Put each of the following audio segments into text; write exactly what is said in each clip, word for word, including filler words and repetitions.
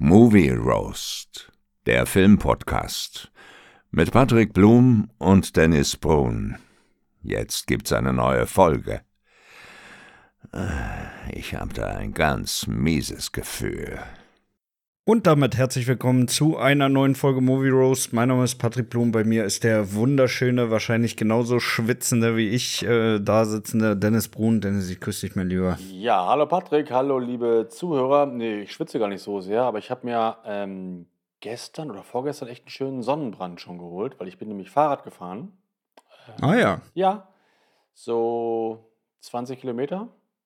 Movie Roast, der Filmpodcast mit Patrick Blum und Dennis Brun. Jetzt gibt's eine neue Folge. Ich habe da ein ganz mieses Gefühl. Und damit herzlich willkommen zu einer neuen Folge Movie Roast. Mein Name ist Patrick Blum, bei mir ist der wunderschöne, wahrscheinlich genauso schwitzende wie ich äh, da sitzende Dennis Brun. Dennis, ich küsse dich, mein Lieber. Ja, hallo Patrick, hallo liebe Zuhörer. Nee, ich schwitze gar nicht so sehr, aber ich habe mir ähm, gestern oder vorgestern echt einen schönen Sonnenbrand schon geholt, weil ich bin nämlich Fahrrad gefahren. Ähm, Ah ja. Ja, so zwanzig Kilometer.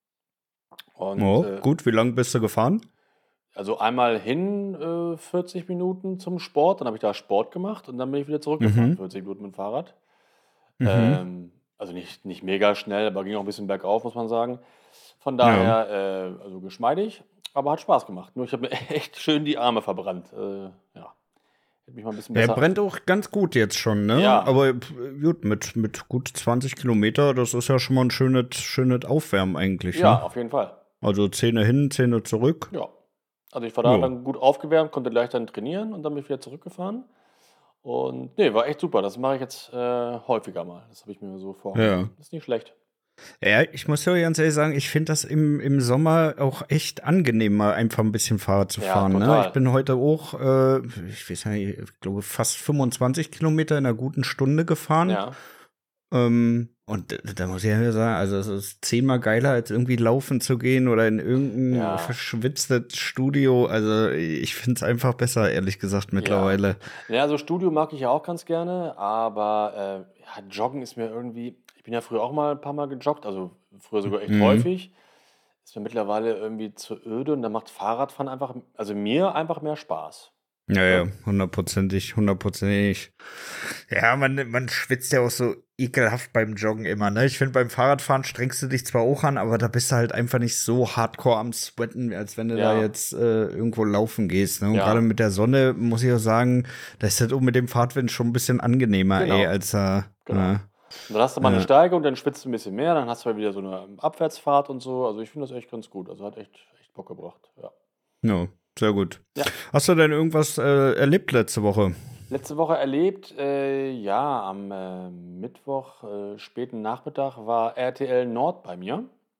Und Oh, äh, gut, wie lange bist du gefahren? also einmal hin äh, vierzig Minuten zum Sport, dann habe ich da Sport gemacht und dann bin ich wieder zurückgefahren, Mhm. vierzig Minuten mit dem Fahrrad. Mhm. Ähm, also nicht, nicht mega schnell, aber ging auch ein bisschen bergauf, muss man sagen. Von Ja. daher, äh, also geschmeidig, aber hat Spaß gemacht. Nur ich habe mir echt schön die Arme verbrannt. Äh, ja, hätte mich mal ein bisschen Der besser. brennt auch ganz gut jetzt schon, ne? Ja, Aber pf, gut, mit, mit gut zwanzig Kilometer, das ist ja schon mal ein schönes, schönes Aufwärmen eigentlich, ja, ne? auf jeden Fall. Also Zähne hin, Zähne zurück. Ja. Also ich war da Ja. dann gut aufgewärmt, konnte gleich dann trainieren und dann bin ich wieder zurückgefahren. Und nee, war echt super. Das mache ich jetzt äh, häufiger mal. Das habe ich mir so Ja. vorgenommen. Das ist nicht schlecht. Ja, ich muss ja ganz ehrlich sagen, ich finde das im, im Sommer auch echt angenehm, mal einfach ein bisschen Fahrrad zu Ja, fahren. Ne? Ich total. bin heute auch, äh, ich weiß nicht, ich glaube fast fünfundzwanzig Kilometer in einer guten Stunde gefahren. Ja, Ähm, und da, da muss ich ja sagen, also es ist zehnmal geiler, als irgendwie laufen zu gehen oder in irgendein ja, verschwitztes Studio. Also ich finde es einfach besser, ehrlich gesagt, ja. mittlerweile. Ja, also Studio mag ich ja auch ganz gerne, aber äh, ja, Joggen ist mir irgendwie, ich bin ja früher auch mal ein paar Mal gejoggt, also früher sogar echt Mhm. häufig. Ist mir mittlerweile irgendwie zu öde und da macht Fahrradfahren einfach, also mir einfach mehr Spaß. Ja, Ne? ja, hundertprozentig, hundertprozentig. Ja, man, man schwitzt ja auch so ekelhaft beim Joggen immer, ne? Ich finde, beim Fahrradfahren strengst du dich zwar auch an, aber da bist du halt einfach nicht so hardcore am Sweaten, als wenn du da Ja, jetzt äh, irgendwo laufen gehst, ne? Und gerade ja, mit der Sonne, muss ich auch sagen, da ist das auch mit dem Fahrtwind schon ein bisschen angenehmer, ey, genau, als da, genau. äh, Und dann hast du mal eine äh, Steige und dann schwitzt du ein bisschen mehr, dann hast du halt wieder so eine Abwärtsfahrt und so. Also ich finde das echt ganz gut. Also hat echt, echt Bock gebracht. Ja. ja, sehr gut. Ja. Hast du denn irgendwas äh, erlebt letzte Woche? Letzte Woche erlebt, äh, ja, am äh, Mittwoch, äh, späten Nachmittag war R T L Nord bei mir.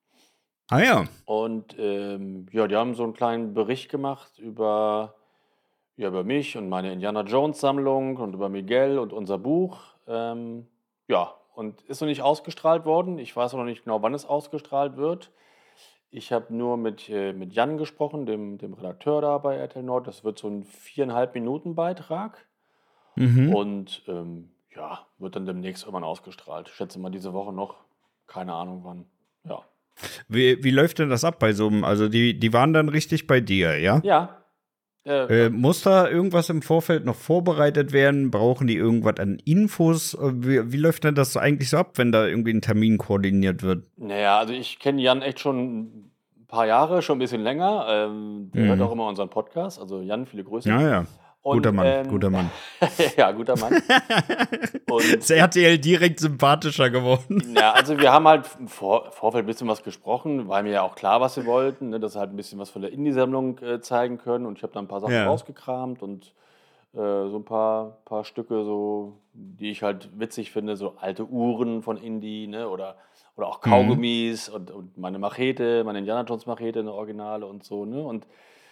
Ah ja. Und ähm, ja, die haben so einen kleinen Bericht gemacht über, ja, über mich und meine Indiana Jones Sammlung und über Miguel und unser Buch. Ähm, ja, und ist noch nicht ausgestrahlt worden. Ich weiß auch noch nicht genau, wann es ausgestrahlt wird. Ich habe nur mit, äh, mit Jan gesprochen, dem, dem Redakteur da bei R T L Nord. Das wird so ein viereinhalb Minuten Beitrag. Mhm. Und ähm, ja, wird dann demnächst irgendwann ausgestrahlt. Ich schätze mal diese Woche noch. Keine Ahnung wann. Ja. Wie, wie läuft denn das ab bei so einem, also die, die waren dann richtig bei dir, ja? Ja. Äh, Äh, muss da irgendwas im Vorfeld noch vorbereitet werden? Brauchen die irgendwas an Infos? Äh, Wie, wie läuft denn das eigentlich so ab, wenn da irgendwie ein Termin koordiniert wird? naja, also ich kenne Jan echt schon ein paar Jahre, schon ein bisschen länger. Ähm, der hört auch Mhm. immer unseren Podcast. Also Jan, viele Grüße. Ja, ja. Guter Und Mann, ähm, guter Mann. ja, guter Mann. Und Ist R T L direkt sympathischer geworden. ja, also wir haben halt im Vor Vorfeld ein bisschen was gesprochen, war mir ja auch klar, was wir wollten, ne, dass wir halt ein bisschen was von der Indie-Sammlung äh, zeigen können. Und ich habe da ein paar Sachen Ja. rausgekramt und äh, so ein paar, paar Stücke, so, die ich halt witzig finde, so alte Uhren von Indie, ne, oder, oder auch Mhm. Kaugummis und, und meine Machete, meine Indiana Jones Machete, eine Originale und so, ne? Und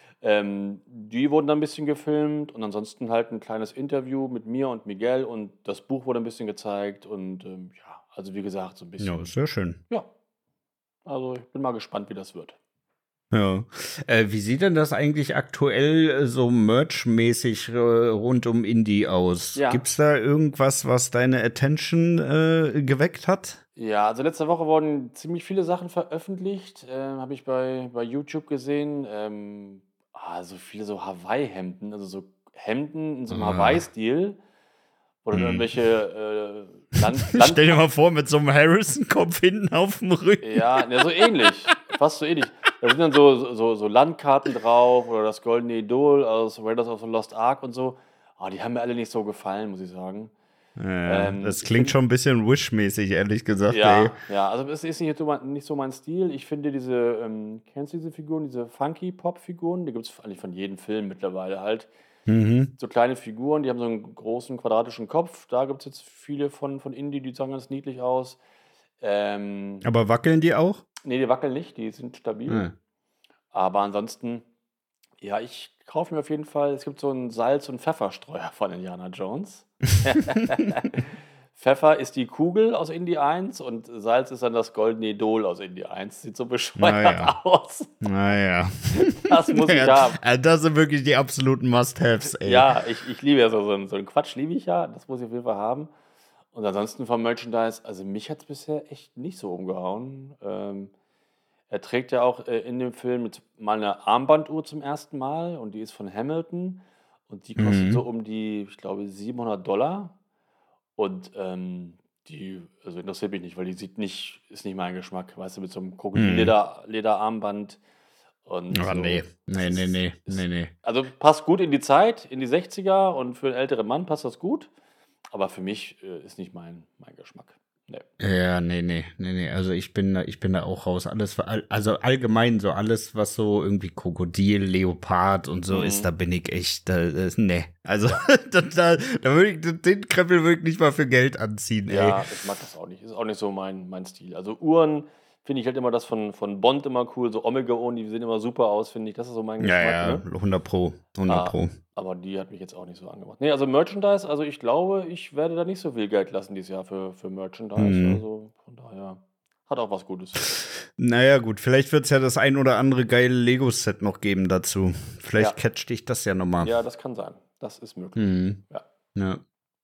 ähm, die wurden dann ein bisschen gefilmt und ansonsten halt ein kleines Interview mit mir und Miguel und das Buch wurde ein bisschen gezeigt und ähm, ja, also wie gesagt, so ein Ja, bisschen, sehr schön. ja, also ich bin mal gespannt, wie das wird. Ja. Äh, wie sieht denn das eigentlich aktuell äh, so merch-mäßig äh, rund um Indie aus? Ja, Gibt's da irgendwas, was deine Attention äh, geweckt hat? ja, also letzte Woche wurden ziemlich viele Sachen veröffentlicht, ähm, habe ich bei, bei YouTube gesehen. Ähm, ah, so viele so Hawaii-Hemden, also so Hemden in so einem Ah. Hawaii-Stil, wo dann Hm. irgendwelche äh, Land, Stell dir Land, mal vor, mit so einem Harrison-Kopf hinten auf dem Rücken. ja, ja, so ähnlich, fast so ähnlich. Da sind dann so, so, so Landkarten drauf oder das Goldene Idol aus Raiders of the Lost Ark und so. Ah, die haben mir alle nicht so gefallen, muss ich sagen. Ja, Ähm, das ich klingt find, schon ein bisschen Wish-mäßig, ehrlich gesagt, ey. ja, ja, also es ist nicht so mein, nicht so mein Stil. Ich finde diese, ähm, kennst du diese Figuren, diese Funky-Pop-Figuren? Die gibt es eigentlich von jedem Film mittlerweile halt. Mhm. So kleine Figuren, die haben so einen großen quadratischen Kopf. Da gibt es jetzt viele von, von Indie, die sahen ganz niedlich aus. Ähm, Aber wackeln die auch? nee, die wackeln nicht, die sind stabil. Ah. Aber ansonsten, ja, ich kaufe mir auf jeden Fall, es gibt so einen Salz- und Pfefferstreuer von Indiana Jones. Pfeffer ist die Kugel aus Indie eins und Salz ist dann das goldene Idol aus Indie eins. Sieht so bescheuert Naja. aus. Naja. Das muss ich haben. Also das sind wirklich die absoluten Must-Haves, ey. Ja, ich, ich liebe ja so, so, einen- so einen Quatsch, liebe ich ja. Das muss ich auf jeden Fall haben. Und ansonsten vom Merchandise, also mich hat es bisher echt nicht so umgehauen. Ähm, er trägt ja auch äh, in dem Film jetzt mal eine Armbanduhr zum ersten Mal und die ist von Hamilton und die kostet so Mhm. um die, ich glaube, siebenhundert Dollar. Und ähm, die, also interessiert mich nicht, weil die sieht nicht, ist nicht mein Geschmack, weißt du, mit so einem Mhm. Krokodilleder, Lederarmband und Aber nee, so. Das nee, nee, ist, nee, ist, nee, nee. also passt gut in die Zeit, in die sechziger und für einen älteren Mann passt das gut, aber für mich äh, ist nicht mein, mein Geschmack. Nee. Ja, nee, nee, nee, nee. Also ich bin da, ich bin da auch raus. Alles, all- also allgemein so alles, was so irgendwie Krokodil, Leopard und so ist, da Mhm. bin ich echt, da, das, nee. Also Ja. da, da, da würde ich den Krempel wirklich nicht mal für Geld anziehen, ey. Ja, ich mag das auch nicht. Ist auch nicht so mein, mein Stil. Also Uhren finde ich halt immer das von, von Bond immer cool, so Omega-Uhren, die sehen immer super aus, finde ich. Das ist so mein Ja, Geschmack, ja, ne? hundert Pro, hundert Ah, Pro. aber die hat mich jetzt auch nicht so angemacht. Nee, also Merchandise, also ich glaube, ich werde da nicht so viel Geld lassen dieses Jahr für, für Merchandise. Mhm. Also von daher hat auch was Gutes. Naja, gut, vielleicht wird es ja das ein oder andere geile Lego-Set noch geben dazu. Vielleicht Ja, catcht dich das ja nochmal. ja, das kann sein. Das ist möglich. Mhm. Ja. Ja.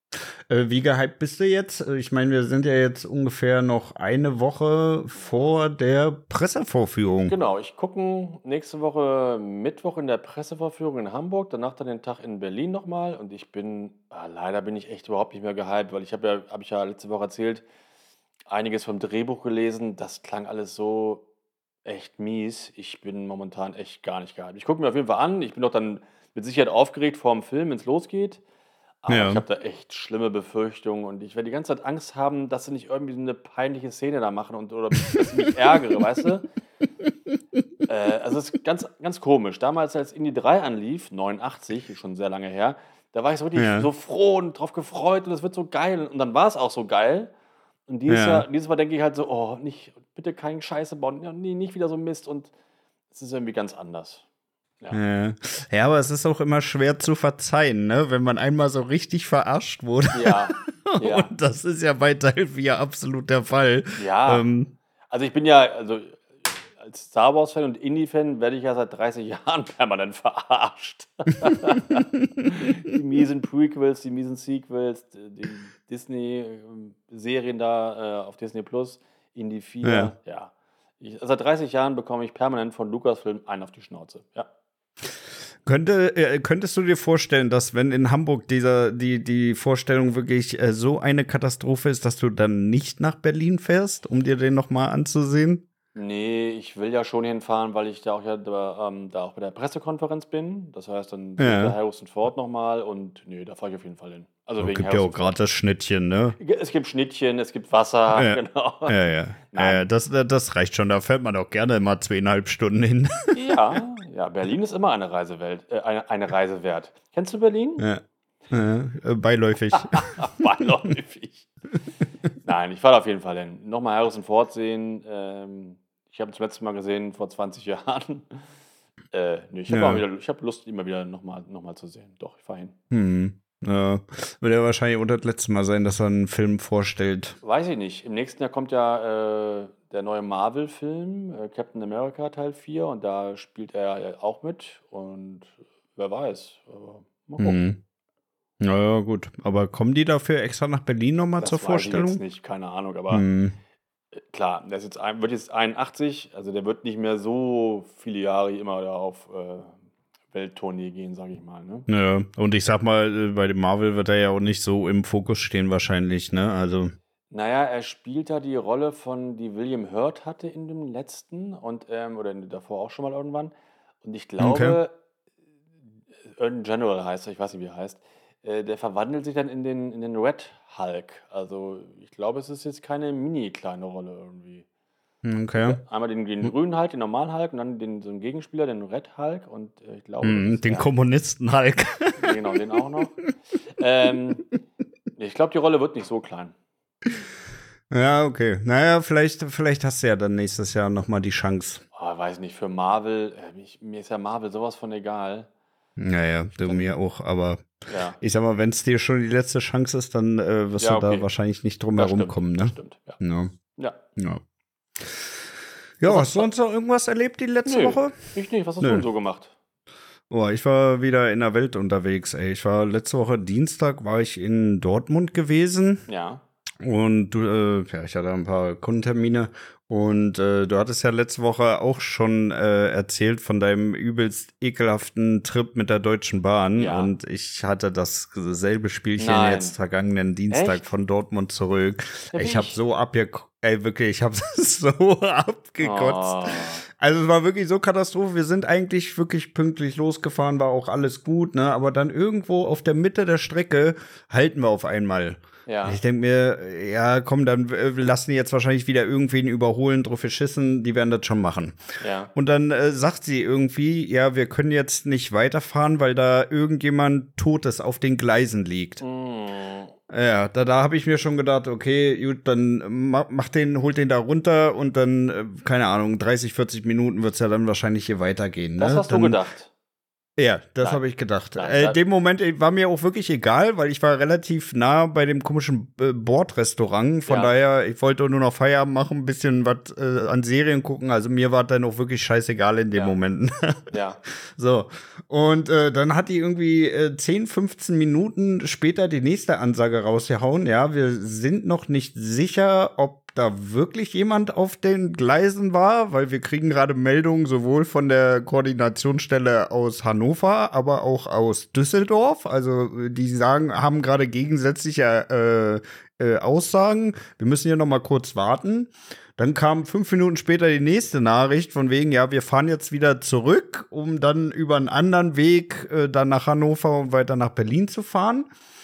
Äh, wie gehypt bist du jetzt? Äh, Ich meine, wir sind ja jetzt ungefähr noch eine Woche vor der Pressevorführung. Genau, ich gucke nächste Woche Mittwoch in der Pressevorführung in Hamburg, danach dann den Tag in Berlin nochmal und ich bin, ah, leider bin ich echt überhaupt nicht mehr gehypt, weil ich habe ja, habe ich ja letzte Woche erzählt, einiges vom Drehbuch gelesen, das klang alles so echt mies. Ich bin momentan echt gar nicht gehypt. Ich gucke mir auf jeden Fall an, ich bin doch dann mit Sicherheit aufgeregt vor dem Film, wenn es losgeht, aber ich Ja. habe da echt schlimme Befürchtungen und ich werde die ganze Zeit Angst haben, dass sie nicht irgendwie so eine peinliche Szene da machen und oder mich, dass ich mich ärgere, weißt du? Äh, also es ist ganz, ganz komisch. Damals, als Indie drei anlief, neunundachtzig, ist schon sehr lange her, da war ich so wirklich Ja. so froh und drauf gefreut und es wird so geil. Und dann war es auch so geil. Und dieses Ja. Jahr, dieses Mal denke ich halt so, oh, nicht, bitte keinen Scheiße bauen, ja, nee, nicht wieder so Mist. Und es ist irgendwie ganz anders. Ja. Ja. Ja, aber es ist auch immer schwer zu verzeihen, ne? Wenn man einmal so richtig verarscht wurde. Ja, ja, Und das ist ja bei Teil vier absolut der Fall. ja. Ähm, Also ich bin ja, also als Star Wars-Fan und Indie-Fan werde ich ja seit dreißig Jahren permanent verarscht. Die miesen Prequels, die miesen Sequels, die Disney-Serien da äh, auf Disney Plus, Indie vier, Ja. ja. Ich, seit dreißig Jahren bekomme ich permanent von Lucasfilm einen auf die Schnauze. Ja. Könnte, äh, könntest du dir vorstellen, dass wenn in Hamburg dieser, die, die Vorstellung wirklich äh, so eine Katastrophe ist, dass du dann nicht nach Berlin fährst, um dir den noch mal anzusehen? Nee, ich will ja schon hinfahren, weil ich da auch ja da, ähm, da auch bei der Pressekonferenz bin. Das heißt, dann sehe ich da Ja. Harrison Ford nochmal und nee, da fahre ich auf jeden Fall hin. Also Es wegen gibt ja auch Harrison Ford. gratis Schnittchen, ne? Es gibt Schnittchen, es gibt Wasser, Ja. genau. Ja, ja. Ja, ja, Nein. das, das reicht schon. Da fährt man doch gerne mal zweieinhalb Stunden hin. Ja, ja, Berlin ist immer eine Reise welt, äh, eine, eine Reise wert. Kennst du Berlin? Ja. Ja, äh, beiläufig. Beiläufig. Nein, ich fahre auf jeden Fall hin. Nochmal Harrison Ford sehen. Ähm, ich habe ihn zum letzten Mal gesehen vor zwanzig Jahren. Äh, nee, ich habe Ja. auch wieder, ich habe Lust, ihn mal wieder nochmal noch mal zu sehen. Doch, ich fahre hin. Hm. Ja. Wird ja wahrscheinlich unter das letzte Mal sein, dass er einen Film vorstellt. Weiß ich nicht. Im nächsten Jahr kommt ja äh, der neue Marvel-Film, äh, Captain America Teil vier, und da spielt er äh, auch mit. Und wer weiß. Aber mal gucken. Hm. Naja, gut. Aber kommen die dafür extra nach Berlin nochmal Das zur weiß ich jetzt Vorstellung? nicht, keine Ahnung. Aber Hm. äh, klar, der ist jetzt ein, wird jetzt einundachtzig, also der wird nicht mehr so viele Jahre immer da auf äh, Welttournee gehen, sage ich mal. Ne? Ja, und ich sag mal, äh, bei dem Marvel wird er ja auch nicht so im Fokus stehen wahrscheinlich, ne? Also, Naja, er spielt da die Rolle von, die William Hurt hatte in dem letzten und ähm, oder in- davor auch schon mal irgendwann. Und ich okay. glaube, Urban General heißt er, ich weiß nicht, wie er heißt. äh, der verwandelt sich dann in den, in den Red Hulk. Also ich glaube, es ist jetzt keine mini kleine Rolle irgendwie. Okay. Einmal den, den grünen Hulk, den normalen Hulk und dann den, so einen Gegenspieler, den Red Hulk. Und äh, ich glaube, das Mhm, ist den der- Kommunisten Hulk. Genau, den auch noch. ähm, ich glaube, die Rolle wird nicht so klein. Ja, okay. Naja, vielleicht, vielleicht hast du ja dann nächstes Jahr nochmal die Chance. Oh, weiß nicht, für Marvel, äh, ich, mir ist ja Marvel sowas von egal. Naja, du mir auch, aber Ja, ich sag mal, wenn es dir schon die letzte Chance ist, dann äh, wirst Ja, du okay. da wahrscheinlich nicht drum das herum stimmt. kommen, Das ne? stimmt, ja. Ja. Ja. Ja. Ja, hast du sonst noch irgendwas erlebt die letzte Nö, Woche? ich nicht. Was hast Nö. du denn so gemacht? Boah, ich war wieder in der Welt unterwegs, ey. Ich war letzte Woche Dienstag war ich in Dortmund gewesen Ja. und du, äh, ja, ich hatte ein paar Kundentermine und äh, du hattest ja letzte Woche auch schon äh, erzählt von deinem übelst ekelhaften Trip mit der Deutschen Bahn Ja. und ich hatte dasselbe Spielchen Nein. jetzt vergangenen Dienstag Echt? von Dortmund zurück. Ja, wie ich habe ich. so abgekotzt, ey, wirklich, ich habe so abgekotzt. Oh. Also es war wirklich so Katastrophe. Wir sind eigentlich wirklich pünktlich losgefahren, war auch alles gut, ne? Aber dann irgendwo auf der Mitte der Strecke halten wir auf einmal. Ja. Ich denke mir, ja, komm, dann äh, lassen die jetzt wahrscheinlich wieder irgendwen überholen, drauf geschissen, die werden das schon machen. Ja. Und dann äh, sagt sie irgendwie, ja, wir können jetzt nicht weiterfahren, weil da irgendjemand Totes auf den Gleisen liegt. Mm. Ja, da, da habe ich mir schon gedacht, okay, gut, dann ma, mach den, holt den da runter und dann, äh, keine Ahnung, dreißig, vierzig Minuten wird's ja dann wahrscheinlich hier weitergehen. Ne? Das hast dann, du gedacht. Ja, das Nein. habe ich gedacht. Nein, äh, das- dem Moment äh, war mir auch wirklich egal, weil ich war relativ nah bei dem komischen äh, Bordrestaurant. Von Ja. daher, ich wollte nur noch Feierabend machen, ein bisschen was äh, an Serien gucken. Also mir war dann auch wirklich scheißegal in dem Ja. Moment. Ja. So, und äh, dann hat die irgendwie äh, zehn, fünfzehn Minuten später die nächste Ansage rausgehauen. Ja, wir sind noch nicht sicher, ob da wirklich jemand auf den Gleisen war, weil wir kriegen gerade Meldungen sowohl von der Koordinationsstelle aus Hannover, aber auch aus Düsseldorf. Also äh, die sagen, haben gerade gegensätzliche äh, äh, Aussagen. Wir müssen hier noch mal kurz warten. Dann kam fünf Minuten später die nächste Nachricht von wegen, ja, wir fahren jetzt wieder zurück, um dann über einen anderen Weg äh, dann nach Hannover und weiter nach Berlin zu fahren.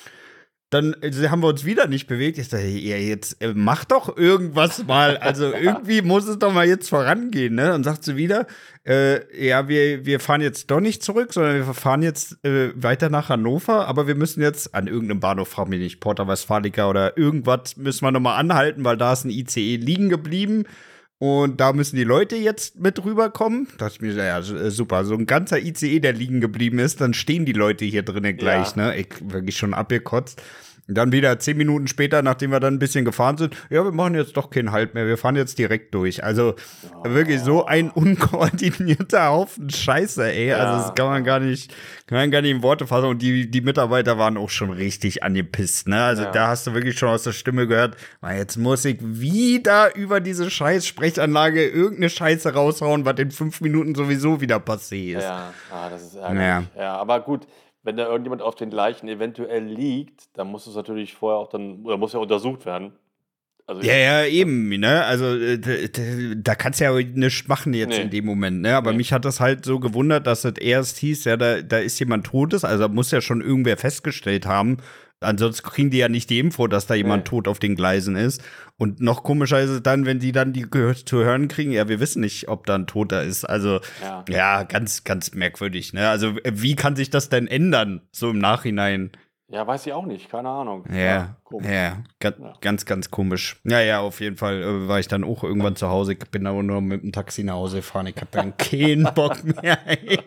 Dann äh, haben wir uns wieder nicht bewegt. Ich dachte, ja, jetzt äh, mach doch irgendwas mal. Also irgendwie muss es doch mal jetzt vorangehen, ne? Und sagt sie wieder, äh, ja, wir, wir fahren jetzt doch nicht zurück, sondern wir fahren jetzt äh, weiter nach Hannover, aber wir müssen jetzt an irgendeinem Bahnhof, frag mich nicht, Porta Westfalica oder irgendwas, müssen wir noch mal anhalten, weil da ist ein I C E liegen geblieben. Und da müssen die Leute jetzt mit rüberkommen. Da dachte ich mir, ja, super, so ein ganzer I C E, der liegen geblieben ist, dann stehen die Leute hier drinnen gleich, Ja. ne? Ich wirklich schon abgekotzt. Und dann wieder zehn Minuten später, nachdem wir dann ein bisschen gefahren sind, ja, wir machen jetzt doch keinen Halt mehr, wir fahren jetzt direkt durch. Also wirklich so ein unkoordinierter Haufen Scheiße, ey. Ja. Also das kann man gar nicht, kann man gar nicht in Worte fassen. Und die, die Mitarbeiter waren auch schon richtig angepisst, ne? Also Ja. da hast du wirklich schon aus der Stimme gehört, "Ah, jetzt muss ich wieder über diese scheiß Sprechanlage irgendeine Scheiße raushauen, was in fünf Minuten sowieso wieder passé ist. Ja, ah, das ist ärgerlich. Ja. aber gut, wenn da irgendjemand auf den Leichen eventuell liegt, dann muss es natürlich vorher auch dann, oder muss ja untersucht werden. Also Ja, ja, eben, ne? Also, äh, d- d- da kannst du ja nichts machen jetzt Nee. in dem Moment, ne? Aber Nee. mich hat das halt so gewundert, dass es erst hieß, ja, da, da ist jemand Totes, also muss ja schon irgendwer festgestellt haben. Ansonsten kriegen die ja nicht die Info, dass da jemand Nee. tot auf den Gleisen ist. Und noch komischer ist es dann, wenn die dann die gehör- zu hören kriegen, ja, wir wissen nicht, ob da ein Toter ist. Also, Ja. ja, ganz, ganz merkwürdig, ne? Also, wie kann sich das denn ändern, so im Nachhinein? Ja, weiß ich auch nicht, keine Ahnung. Ja, komisch. ja, ganz, Ja. ganz, ganz komisch. Ja, ja, auf jeden Fall äh, war ich dann auch irgendwann zu Hause. Ich bin da nur mit dem Taxi nach Hause gefahren. Ich hab dann keinen Bock mehr. Ey.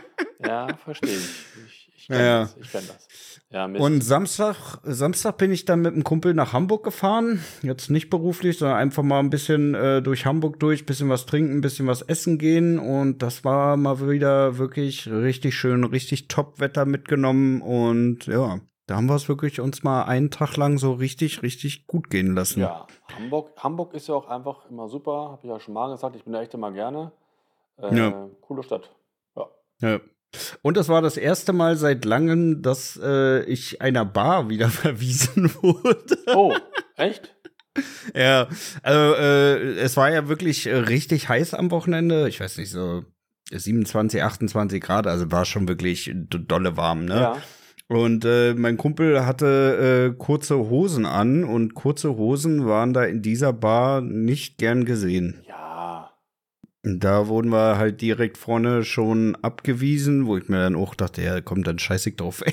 Ja, verstehe ich. Ich, ich kenne Ja. das. Ich kenn das. Ja, Mist. Und Samstag, Samstag bin ich dann mit einem Kumpel nach Hamburg gefahren. Jetzt nicht beruflich, sondern einfach mal ein bisschen äh, durch Hamburg durch, bisschen was trinken, ein bisschen was essen gehen. Und das war mal wieder wirklich richtig schön, richtig Top-Wetter mitgenommen. Und ja, da haben wir es wirklich uns mal einen Tag lang so richtig, richtig gut gehen lassen. ja, Hamburg, Hamburg ist ja auch einfach immer super. Habe ich ja schon mal gesagt. Ich bin da echt immer gerne. Äh, Ja. Coole Stadt. Ja. Ja. Und das war das erste Mal seit langem, dass äh, ich einer Bar wieder verwiesen wurde. Oh, echt? Ja, also äh, es war ja wirklich äh, richtig heiß am Wochenende. Ich weiß nicht, so siebenundzwanzig, achtundzwanzig Grad, also war schon wirklich d- dolle warm, ne? Ja. Und äh, mein Kumpel hatte äh, kurze Hosen an und kurze Hosen waren da in dieser Bar nicht gern gesehen. Ja. Da wurden wir halt direkt vorne schon abgewiesen, wo ich mir dann auch dachte, ja, komm, dann scheiß ich drauf.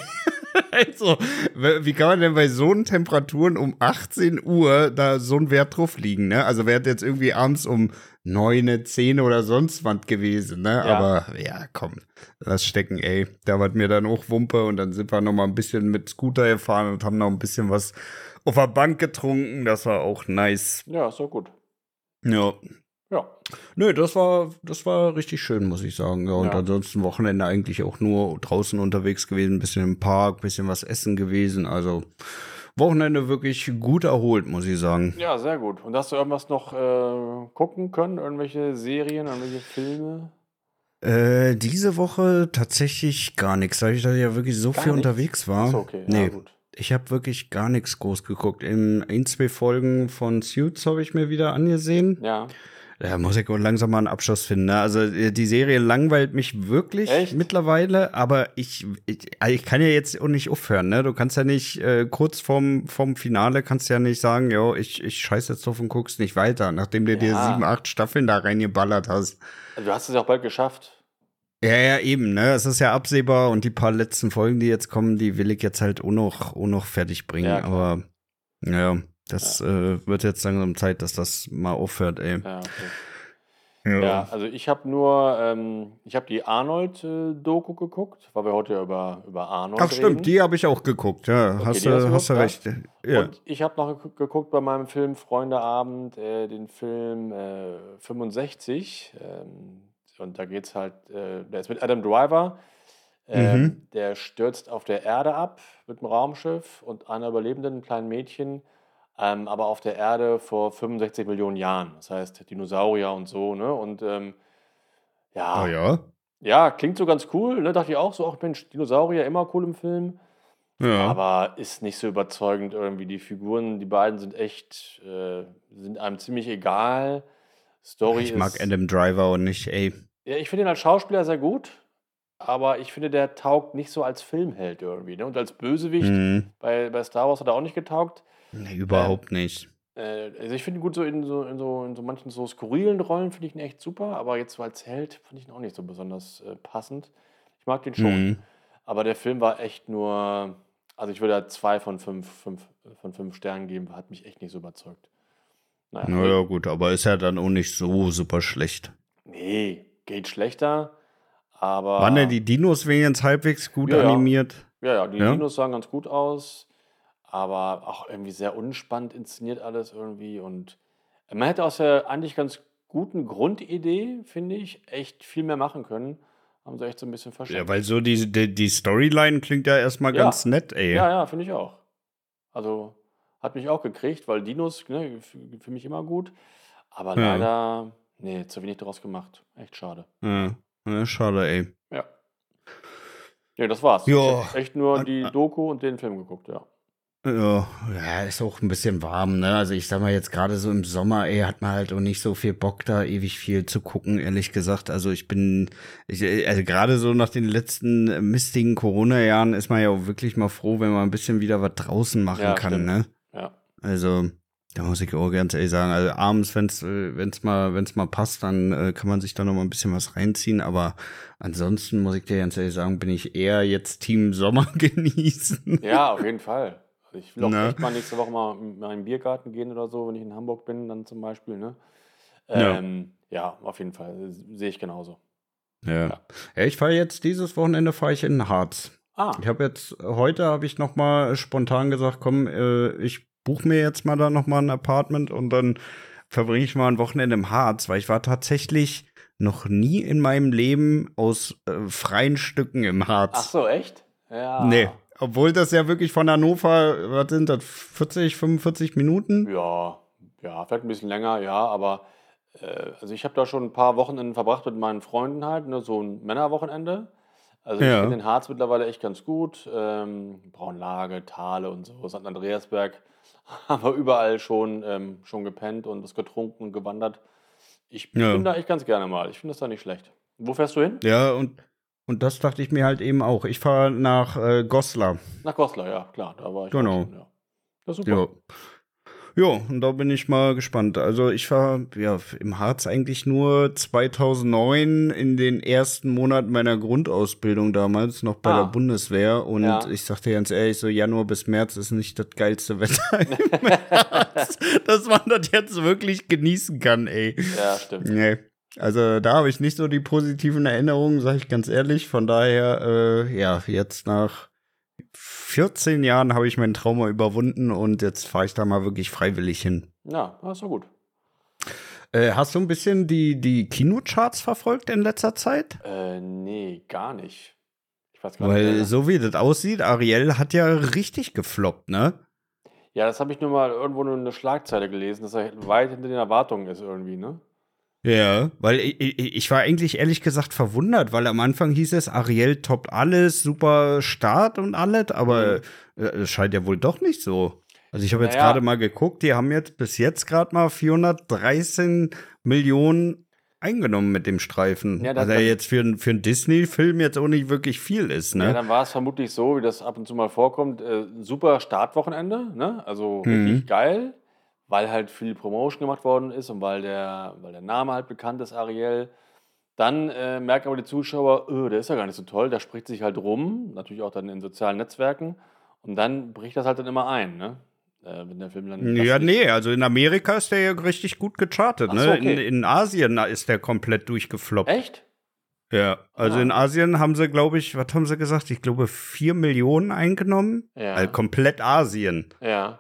Also, wie kann man denn bei so einen Temperaturen um achtzehn Uhr da so einen Wert drauf liegen, ne? Also wäre jetzt irgendwie abends um neun, zehn oder sonst was gewesen, ne? Ja. Aber ja, komm, lass stecken, ey. Da war mir dann auch Wumpe und dann sind wir noch mal ein bisschen mit Scooter gefahren und haben noch ein bisschen was auf der Bank getrunken. Das war auch nice. Ja, ist doch gut. Ja. Ja. Nö, das war, das war richtig schön, muss ich sagen. Ja, und Ja. ansonsten Wochenende eigentlich auch nur draußen unterwegs gewesen, ein bisschen im Park, bisschen was essen gewesen. Also Wochenende wirklich gut erholt, muss ich sagen. Ja, sehr gut. Und hast du irgendwas noch äh, gucken können? Irgendwelche Serien, irgendwelche Filme? Äh, diese Woche tatsächlich gar nichts, weil ich da ja wirklich so Gar viel nichts? unterwegs war. Achso, okay. Ja, Nee, gut. ich habe wirklich gar nichts groß geguckt. In ein, zwei Folgen von Suits habe ich mir wieder angesehen. Ja. Da muss ich auch langsam mal einen Abschluss finden. Ne? Also äh, die Serie langweilt mich wirklich Echt? mittlerweile, aber ich, ich, ich kann ja jetzt auch nicht aufhören. Ne? Du kannst ja nicht äh, kurz vorm, vorm Finale kannst ja nicht sagen, jo, ich, ich scheiß jetzt drauf und guckst nicht weiter, nachdem du dir Ja. sieben, acht Staffeln da reingeballert hast. Also, du hast es ja auch bald geschafft. Ja, ja, eben, ne? Es ist ja absehbar und die paar letzten Folgen, die jetzt kommen, die will ich jetzt halt auch noch, auch noch fertig bringen. Ja, klar. Aber ja, das äh, wird jetzt langsam Zeit, dass das mal aufhört, ey. Ja, okay. Ja, also ich habe nur, ähm, ich habe die Arnold-Doku geguckt, weil wir heute ja über, über Arnold Ach reden. stimmt, die habe ich auch geguckt, ja. Okay, hast die hast du du hast du geguckt, recht. Ja. Und ich habe noch geguckt, geguckt bei meinem Film Freundeabend, äh, den Film äh, fünfundsechzig. Ähm, und da geht's halt, äh, der ist mit Adam Driver. Ähm, Mhm. Der stürzt auf der Erde ab mit dem Raumschiff und einer Überlebenden, einem kleinen Mädchen, ähm, aber auf der Erde vor fünfundsechzig Millionen Jahren. Das heißt Dinosaurier und so, ne? Und ähm, Oh ja, ja? ja, klingt so ganz cool, ne? Dachte ich auch so, ach Mensch, Dinosaurier immer cool im Film. Ja. Aber ist nicht so überzeugend irgendwie. Die Figuren, die beiden sind echt, äh, sind einem ziemlich egal. Story Ich mag ist, Adam Driver und nicht, ey. ja, ich finde ihn als Schauspieler sehr gut, aber ich finde, der taugt nicht so als Filmheld irgendwie. Ne? Und als Bösewicht, Mhm. bei, bei Star Wars hat er auch nicht getaugt. Nee, Ähm, überhaupt nicht. äh, also ich finde ihn gut so in so, in so in so manchen so skurrilen Rollen, finde ich ihn echt super, aber jetzt so als Held fand ich ihn auch nicht so besonders äh, passend. Ich mag den schon. Mhm. Aber der Film war echt nur, also ich würde da zwei von fünf, fünf, von fünf Sternen geben, hat mich echt nicht so überzeugt. Naja, also, Naja, gut, aber ist ja dann auch nicht so super schlecht. nee, geht schlechter, Waren denn aber die Dinos wenigstens halbwegs gut ja, ja, animiert? ja, ja, die Ja? Dinos sahen ganz gut aus, aber auch irgendwie sehr unspannend inszeniert alles irgendwie und man hätte aus der eigentlich ganz guten Grundidee, finde ich, echt viel mehr machen können. Haben sie echt so ein bisschen Ja, verschenkt. weil so die, die, die Storyline klingt ja erstmal Ja, ganz nett, ey. ja, ja, finde ich auch. Also hat mich auch gekriegt, weil Dinos, ne, f- für mich immer gut. Aber Ja. leider, nee, zu wenig draus gemacht. Echt schade. Ja, ja, schade, ey. Ja. Nee, das war's. Ich Ja. habe echt nur An- die an- Doku und den Film geguckt, ja. Ja, ja, ist auch ein bisschen warm, ne? Also ich sag mal jetzt gerade so im Sommer, ey, hat man halt auch nicht so viel Bock da ewig viel zu gucken, ehrlich gesagt. Also ich bin, ich, also gerade so nach den letzten mistigen Corona-Jahren ist man ja auch wirklich mal froh, wenn man ein bisschen wieder was draußen machen Ja, kann, stimmt. ne? Ja. Also da muss ich auch ganz ehrlich sagen, also abends, wenn's, äh, wenn's mal, wenn's mal passt, dann äh, kann man sich da noch mal ein bisschen was reinziehen. Aber ansonsten muss ich dir ganz ehrlich sagen, bin ich eher jetzt Team Sommer genießen. Ja, auf jeden Fall. Also ich will auch Na? echt mal nächste Woche mal in meinen Biergarten gehen oder so, wenn ich in Hamburg bin, dann zum Beispiel, ne? Ja. Ähm, ja, auf jeden Fall. Sehe ich genauso. Ja. Ja. Ja, ich fahre jetzt dieses Wochenende fahre ich in Harz. Ah, Ich habe jetzt heute habe ich noch mal spontan gesagt, komm, äh, ich buche mir jetzt mal da noch mal ein Apartment und dann verbringe ich mal ein Wochenende im Harz, weil ich war tatsächlich noch nie in meinem Leben aus äh, freien Stücken im Harz. ach so, echt? Ja. Nee, obwohl das ja wirklich von Hannover, was sind das, vierzig, fünfundvierzig Minuten? Ja, ja, vielleicht ein bisschen länger, ja, aber äh, also ich habe da schon ein paar Wochenenden verbracht mit meinen Freunden halt, ne, so ein Männerwochenende. Also ich Ja. kenne den Harz mittlerweile echt ganz gut. Ähm, Braunlage, Thale und so, Sankt Andreasberg. Haben wir überall schon, ähm, schon gepennt und was getrunken und gewandert. Ich Ja. bin da echt ganz gerne mal. Ich finde das da nicht schlecht. Wo fährst du hin? Ja, und, Und das dachte ich mir halt eben auch. Ich fahre nach äh, Goslar. Nach Goslar, ja, klar, da war ich Genau. auch schon, ja. Das ist super. Ja. Ja, und da bin ich mal gespannt. Also ich war ja im Harz eigentlich nur zweitausendneun in den ersten Monaten meiner Grundausbildung damals, noch bei Ah. der Bundeswehr. Und Ja. ich sagte ganz ehrlich, so Januar bis März ist nicht das geilste Wetter im Harz, dass man das jetzt wirklich genießen kann, ey. Ja, stimmt. Nee. Also da habe ich nicht so die positiven Erinnerungen, sage ich ganz ehrlich. Von daher, äh, ja, jetzt nach vierzehn Jahren habe ich mein Trauma überwunden und jetzt fahre ich da mal wirklich freiwillig hin. Ja, das ist doch gut. Äh, hast du ein bisschen die, die Kinocharts verfolgt in letzter Zeit? Äh, nee, gar nicht. Ich weiß gar nicht Weil mehr. so wie das aussieht, Ariel hat ja richtig gefloppt, ne? Ja, das habe ich nur mal irgendwo nur eine Schlagzeile gelesen, dass er weit hinter den Erwartungen ist irgendwie, ne? Ja, weil ich, ich, ich war eigentlich ehrlich gesagt verwundert, weil am Anfang hieß es, Ariel toppt alles, super Start und alles, aber Mhm. äh, es scheint ja wohl doch nicht so. Also ich habe jetzt Naja. gerade mal geguckt, die haben jetzt bis jetzt gerade mal vierhundertdreizehn Millionen eingenommen mit dem Streifen. Ja, das- was ja jetzt für, ein- für einen Disney-Film jetzt auch nicht wirklich viel ist, Ja, ne? dann war es vermutlich so, wie das ab und zu mal vorkommt, äh, ein super Startwochenende, ne? Also Mhm. richtig geil, weil halt viel Promotion gemacht worden ist und weil der, weil der Name halt bekannt ist, Ariel. Dann äh, merken aber die Zuschauer, öh, der ist ja gar nicht so toll, der spricht sich halt rum, natürlich auch dann in sozialen Netzwerken. Und dann bricht das halt dann immer ein, ne? Äh, wenn der Film dann. das Ja, nicht- nee, also in Amerika ist der ja richtig gut gechartet, Ach so, ne? okay. In, in Asien ist der komplett durchgefloppt. Echt? Ja, also Ah. in Asien haben sie, glaube ich, was haben sie gesagt? Ich glaube, vier Millionen eingenommen. Ja. Also komplett Asien. Ja,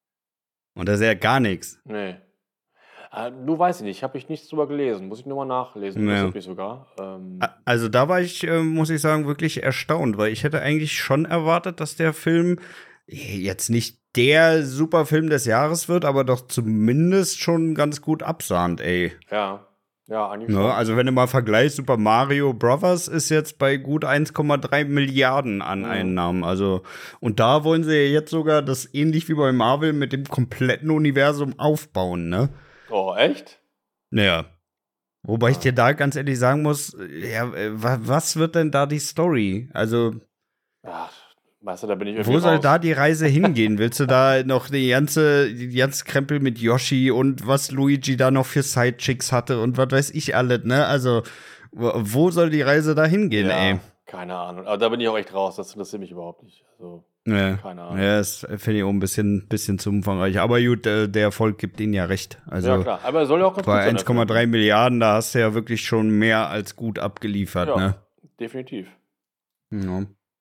Und das ist ja gar nichts. nee. Äh, du weißt ich nicht, habe ich nichts drüber gelesen, muss ich nur mal nachlesen, Ja. interessiert mich sogar. Ähm, A- Also da war ich, äh, muss ich sagen, wirklich erstaunt, weil ich hätte eigentlich schon erwartet, dass der Film jetzt nicht der Superfilm des Jahres wird, aber doch zumindest schon ganz gut absahnt, ey. ja, ja, eigentlich Ne? schon. Also wenn du mal vergleichst, Super Mario Bros. Ist jetzt bei gut eins Komma drei Milliarden an Mhm. Einnahmen. Also, und da wollen sie ja jetzt sogar das ähnlich wie bei Marvel mit dem kompletten Universum aufbauen, ne? Oh, echt? Naja. Wobei ich dir da ganz ehrlich sagen muss, ja, äh, wa- was wird denn da die Story? Also, Ach, weißt du, da bin ich wo irgendwie soll raus. da die Reise hingehen? Willst du da noch die ganze, die ganze Krempel mit Yoshi und was Luigi da noch für Sidechicks hatte und was weiß ich alles, ne? Also, wo, wo soll die Reise da hingehen, Ja, ey? keine Ahnung. Aber da bin ich auch echt raus, das interessiert mich überhaupt nicht. Also, Ja, keine Ahnung. ja, das finde ich auch ein bisschen, bisschen zu umfangreich. Aber gut, äh, der Erfolg gibt ihnen ja recht. Also ja, klar. Aber er soll ja auch ganz gut bei sein, der eins Komma drei Film. Milliarden, da hast du ja wirklich schon mehr als gut abgeliefert, Ja, ne? definitiv. Ja.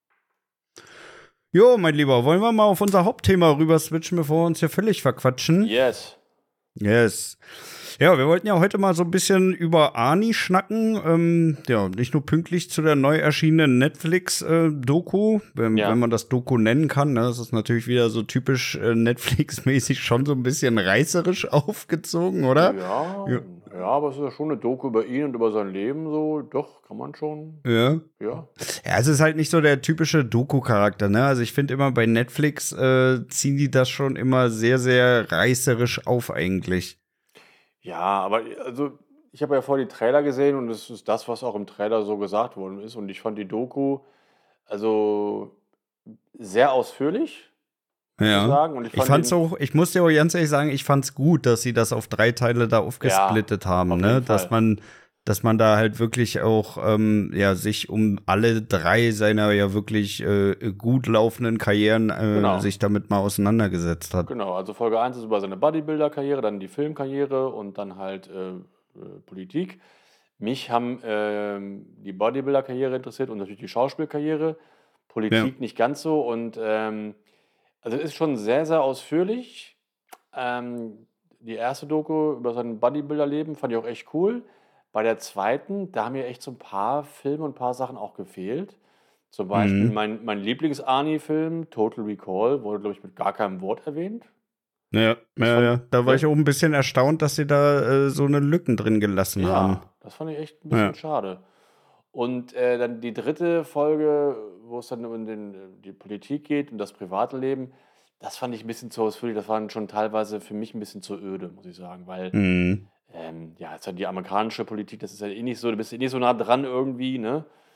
Jo, mein Lieber, wollen wir mal auf unser Hauptthema rüber switchen, bevor wir uns hier völlig verquatschen? Yes. Yes. Ja, wir wollten ja heute mal so ein bisschen über Arnie schnacken. Ähm, ja, nicht nur pünktlich zu der neu erschienenen Netflix-Doku, wenn, Ja. wenn man das Doku nennen kann. Ne? Das ist natürlich wieder so typisch äh, Netflix-mäßig schon so ein bisschen reißerisch aufgezogen, oder? Ja, Ja. ja, aber es ist ja schon eine Doku über ihn und über sein Leben, so. Doch, kann man schon. Ja. Ja. Ja, es ist halt nicht so der typische Doku-Charakter, ne? Also ich finde immer bei Netflix äh, ziehen die das schon immer sehr, sehr reißerisch auf eigentlich. Ja, aber also ich habe ja vorher die Trailer gesehen und es ist das, was auch im Trailer so gesagt worden ist. Und ich fand die Doku also sehr ausführlich, muss ich Ja. sagen. Und ich Ich fand fand's ihn- auch, ich muss dir auch ganz ehrlich sagen, ich fand's gut, dass sie das auf drei Teile da aufgesplittet haben, auf ne? jeden Dass Fall. man, dass man da halt wirklich auch ähm, ja sich um alle drei seiner ja wirklich äh, gut laufenden Karrieren äh, Genau. sich damit mal auseinandergesetzt hat. Genau, also Folge eins ist über seine Bodybuilder-Karriere, dann die Filmkarriere und dann halt äh, äh, Politik. Mich haben ähm, die Bodybuilder-Karriere interessiert und natürlich die Schauspielkarriere. Politik nicht ganz so. Und ähm, also es ist schon sehr, sehr ausführlich. Ähm, die erste Doku über sein Bodybuilder-Leben fand ich auch echt cool. Bei der zweiten, da haben mir echt so ein paar Filme und ein paar Sachen auch gefehlt. Zum Beispiel Mhm. mein, mein Lieblings-Arnie-Film, Total Recall, wurde, glaube ich, mit gar keinem Wort erwähnt. Ja, Das ja, fand- ja. Da war ja. ich auch ein bisschen erstaunt, dass sie da äh, so eine Lücken drin gelassen haben. Ja, das fand ich echt ein bisschen Ja. schade. Und äh, dann die dritte Folge, wo es dann um den, die Politik geht und das private Leben, das fand ich ein bisschen zu ausführlich. Das war schon teilweise für mich ein bisschen zu öde, muss ich sagen. Weil, Mhm. ähm, ja, ist ja die amerikanische Politik, das ist ja eh nicht so, du bist eh nicht so nah dran irgendwie, ne?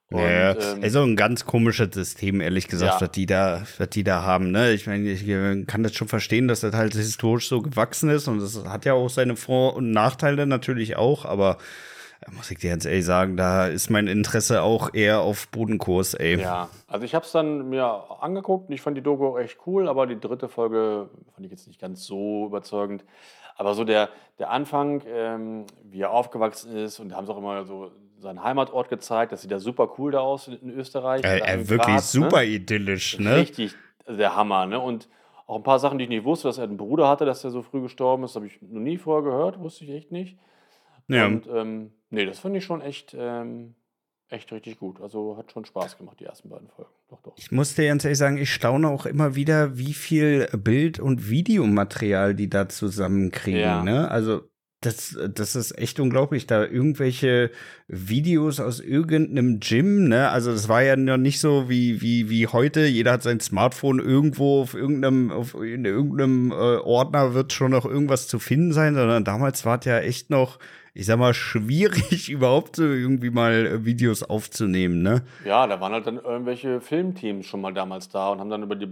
Und, ja, ähm, also ein ganz komisches System, ehrlich gesagt, ja. was die da, was die da haben, ne? Ich meine, ich kann das schon verstehen, dass das halt historisch so gewachsen ist und das hat ja auch seine Vor- und Nachteile natürlich auch, aber da muss ich dir ganz ehrlich sagen, da ist mein Interesse auch eher auf Bodenkurs, ey. Ja, also ich habe es dann mir angeguckt und ich fand die Doku auch echt cool, aber die dritte Folge fand ich jetzt nicht ganz so überzeugend. Aber so der, der Anfang, ähm, wie er aufgewachsen ist und haben es auch immer so seinen Heimatort gezeigt, das sieht ja super cool da aus in, in Österreich. Äh, äh, wirklich Graz, super ne? idyllisch, ne? Richtig, der Hammer, ne? Und auch ein paar Sachen, die ich nicht wusste, dass er einen Bruder hatte, dass er so früh gestorben ist, habe ich noch nie vorher gehört, wusste ich echt nicht. Ja. Und ähm, nee, das fand ich schon echt, ähm, echt richtig gut. Also hat schon Spaß gemacht, die ersten beiden Folgen. Doch, doch. Ich muss dir ganz ehrlich sagen, ich staune auch immer wieder, wie viel Bild- und Videomaterial die da zusammenkriegen. Ja. Ne? Also das, das ist echt unglaublich. Da irgendwelche Videos aus irgendeinem Gym, ne? Also das war ja noch nicht so wie, wie, wie heute. Jeder hat sein Smartphone irgendwo auf irgendeinem, auf, in irgendeinem äh, Ordner wird schon noch irgendwas zu finden sein, sondern damals war es ja echt noch, ich sag mal, schwierig, überhaupt so irgendwie mal Videos aufzunehmen, ne? Ja, da waren halt dann irgendwelche Filmteams schon mal damals da und haben dann über die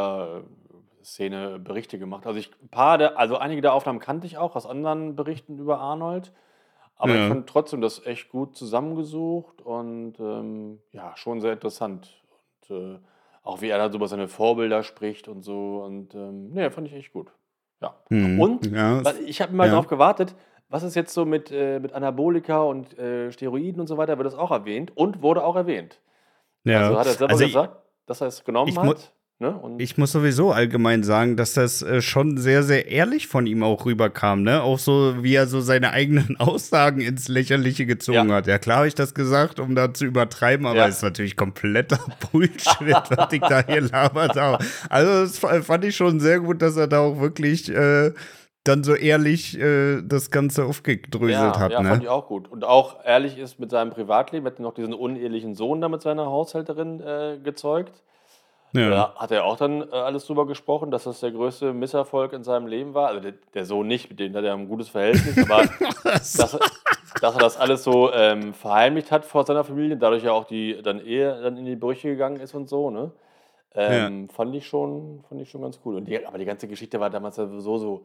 Bodybuilder-Szene Berichte gemacht. Also ich, ein paar der, also einige der Aufnahmen kannte ich auch aus anderen Berichten über Arnold. Aber ja. ich fand trotzdem das echt gut zusammengesucht und ähm, ja, schon sehr interessant. Und äh, auch wie er da so über seine Vorbilder spricht und so. Und ähm, ne, fand ich echt gut. Ja. Mhm. Und ja. ich habe mal ja. drauf gewartet, was ist jetzt so mit, äh, mit Anabolika und äh, Steroiden und so weiter, wird das auch erwähnt und wurde auch erwähnt. Ja. Also hat er selber also gesagt, ich, dass er es genommen hat. Ne? Und ich muss sowieso allgemein sagen, dass das äh, schon sehr, sehr ehrlich von ihm auch rüberkam, ne? Auch so, wie er so seine eigenen Aussagen ins Lächerliche gezogen ja. hat. Ja, klar habe ich das gesagt, um da zu übertreiben, aber ja. ist natürlich kompletter Bullshit, was ich da hier labert habe. Also das fand ich schon sehr gut, dass er da auch wirklich äh, dann so ehrlich äh, das Ganze aufgedröselt ja, hat. Ja, ne? fand ich auch gut. Und auch ehrlich ist mit seinem Privatleben, hat er noch diesen unehelichen Sohn da mit seiner Haushälterin äh, gezeugt. Ja. Da hat er auch dann äh, alles drüber gesprochen, dass das der größte Misserfolg in seinem Leben war. Also der, der Sohn nicht, mit dem hat er ein gutes Verhältnis, aber dass, dass er das alles so ähm, verheimlicht hat vor seiner Familie, dadurch ja auch die dann Ehe dann in die Brüche gegangen ist und so, ne? Ähm, ja. fand ich schon, fand ich schon ganz cool. Und die, aber die ganze Geschichte war damals ja so, so,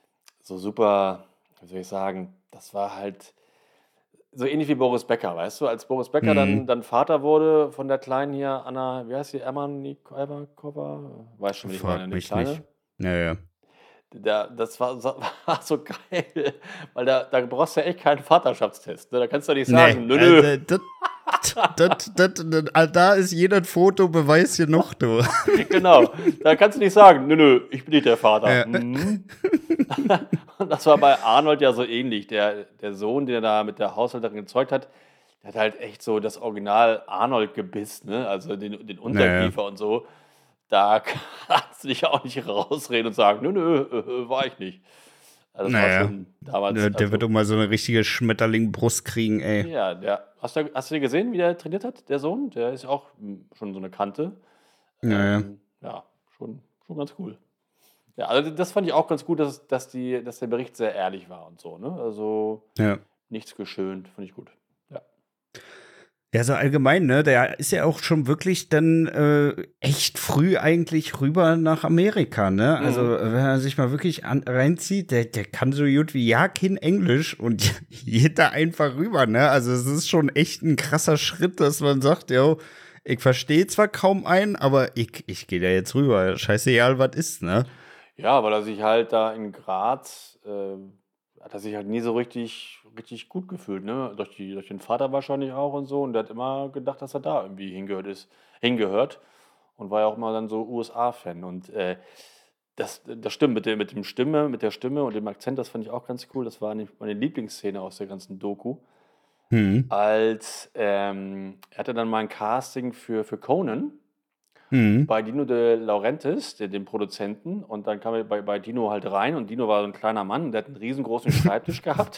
so super, wie soll ich sagen, das war halt so ähnlich wie Boris Becker, weißt du? Als Boris Becker mhm. dann, dann Vater wurde von der Kleinen hier, Anna, wie heißt sie, Emma Nikova? Weißt schon, wie ich meine, die Kleine? Nicht. Ja, ja. Da, das war, war so geil, weil da, da brauchst du ja echt keinen Vaterschaftstest. Ne? Da kannst du ja nicht sagen, nee, nö, nö. Äh, das, das, das, das, da ist jeder Fotobeweis genug, du. Genau, da kannst du nicht sagen, nö, nö, ich bin nicht der Vater. Ja. Mhm. Und das war bei Arnold ja so ähnlich. Der, der Sohn, den er da mit der Haushälterin gezeugt hat, der hat halt echt so das Original Arnold-Gebiss, ne? Also den, den Unterkiefer naja. und so. Da kannst du dich auch nicht rausreden und sagen, nö, nö, war ich nicht. Also das naja. war schon damals. Der, der also, wird doch mal so eine richtige Schmetterling-Brust kriegen, ey. Ja, der, hast, du, hast du den gesehen, wie der trainiert hat, der Sohn? Der ist ja auch schon so eine Kante. Naja. Ähm, ja, schon, schon ganz cool. Ja, also das fand ich auch ganz gut, dass, dass, die, dass der Bericht sehr ehrlich war und so, ne? Also ja. nichts geschönt, fand ich gut. Ja. Ja, so allgemein, ne? Der ist ja auch schon wirklich dann äh, echt früh eigentlich rüber nach Amerika, ne? Also, mhm. wenn er sich mal wirklich an, reinzieht, der, der kann so gut wie ja kein Englisch und geht da einfach rüber, ne? Also, es ist schon echt ein krasser Schritt, dass man sagt, ja, ich verstehe zwar kaum einen, aber ich, ich gehe da jetzt rüber. Scheißegal, was ist, ne? Ja, weil er sich halt da in Graz, äh, hat er sich halt nie so richtig, richtig gut gefühlt, ne? Durch, die, durch den Vater wahrscheinlich auch und so. Und der hat immer gedacht, dass er da irgendwie hingehört ist, hingehört. Und war ja auch immer dann so U S A-Fan. Und äh, das, das stimmt, mit der, mit dem Stimme, mit der Stimme und dem Akzent, das fand ich auch ganz cool. Das war meine Lieblingsszene aus der ganzen Doku. Mhm. Als ähm, er hatte dann mal ein Casting für, für Conan. Mhm. Bei Dino De Laurentiis, dem Produzenten, und dann kam er bei, bei Dino halt rein und Dino war so ein kleiner Mann, der hat einen riesengroßen Schreibtisch gehabt.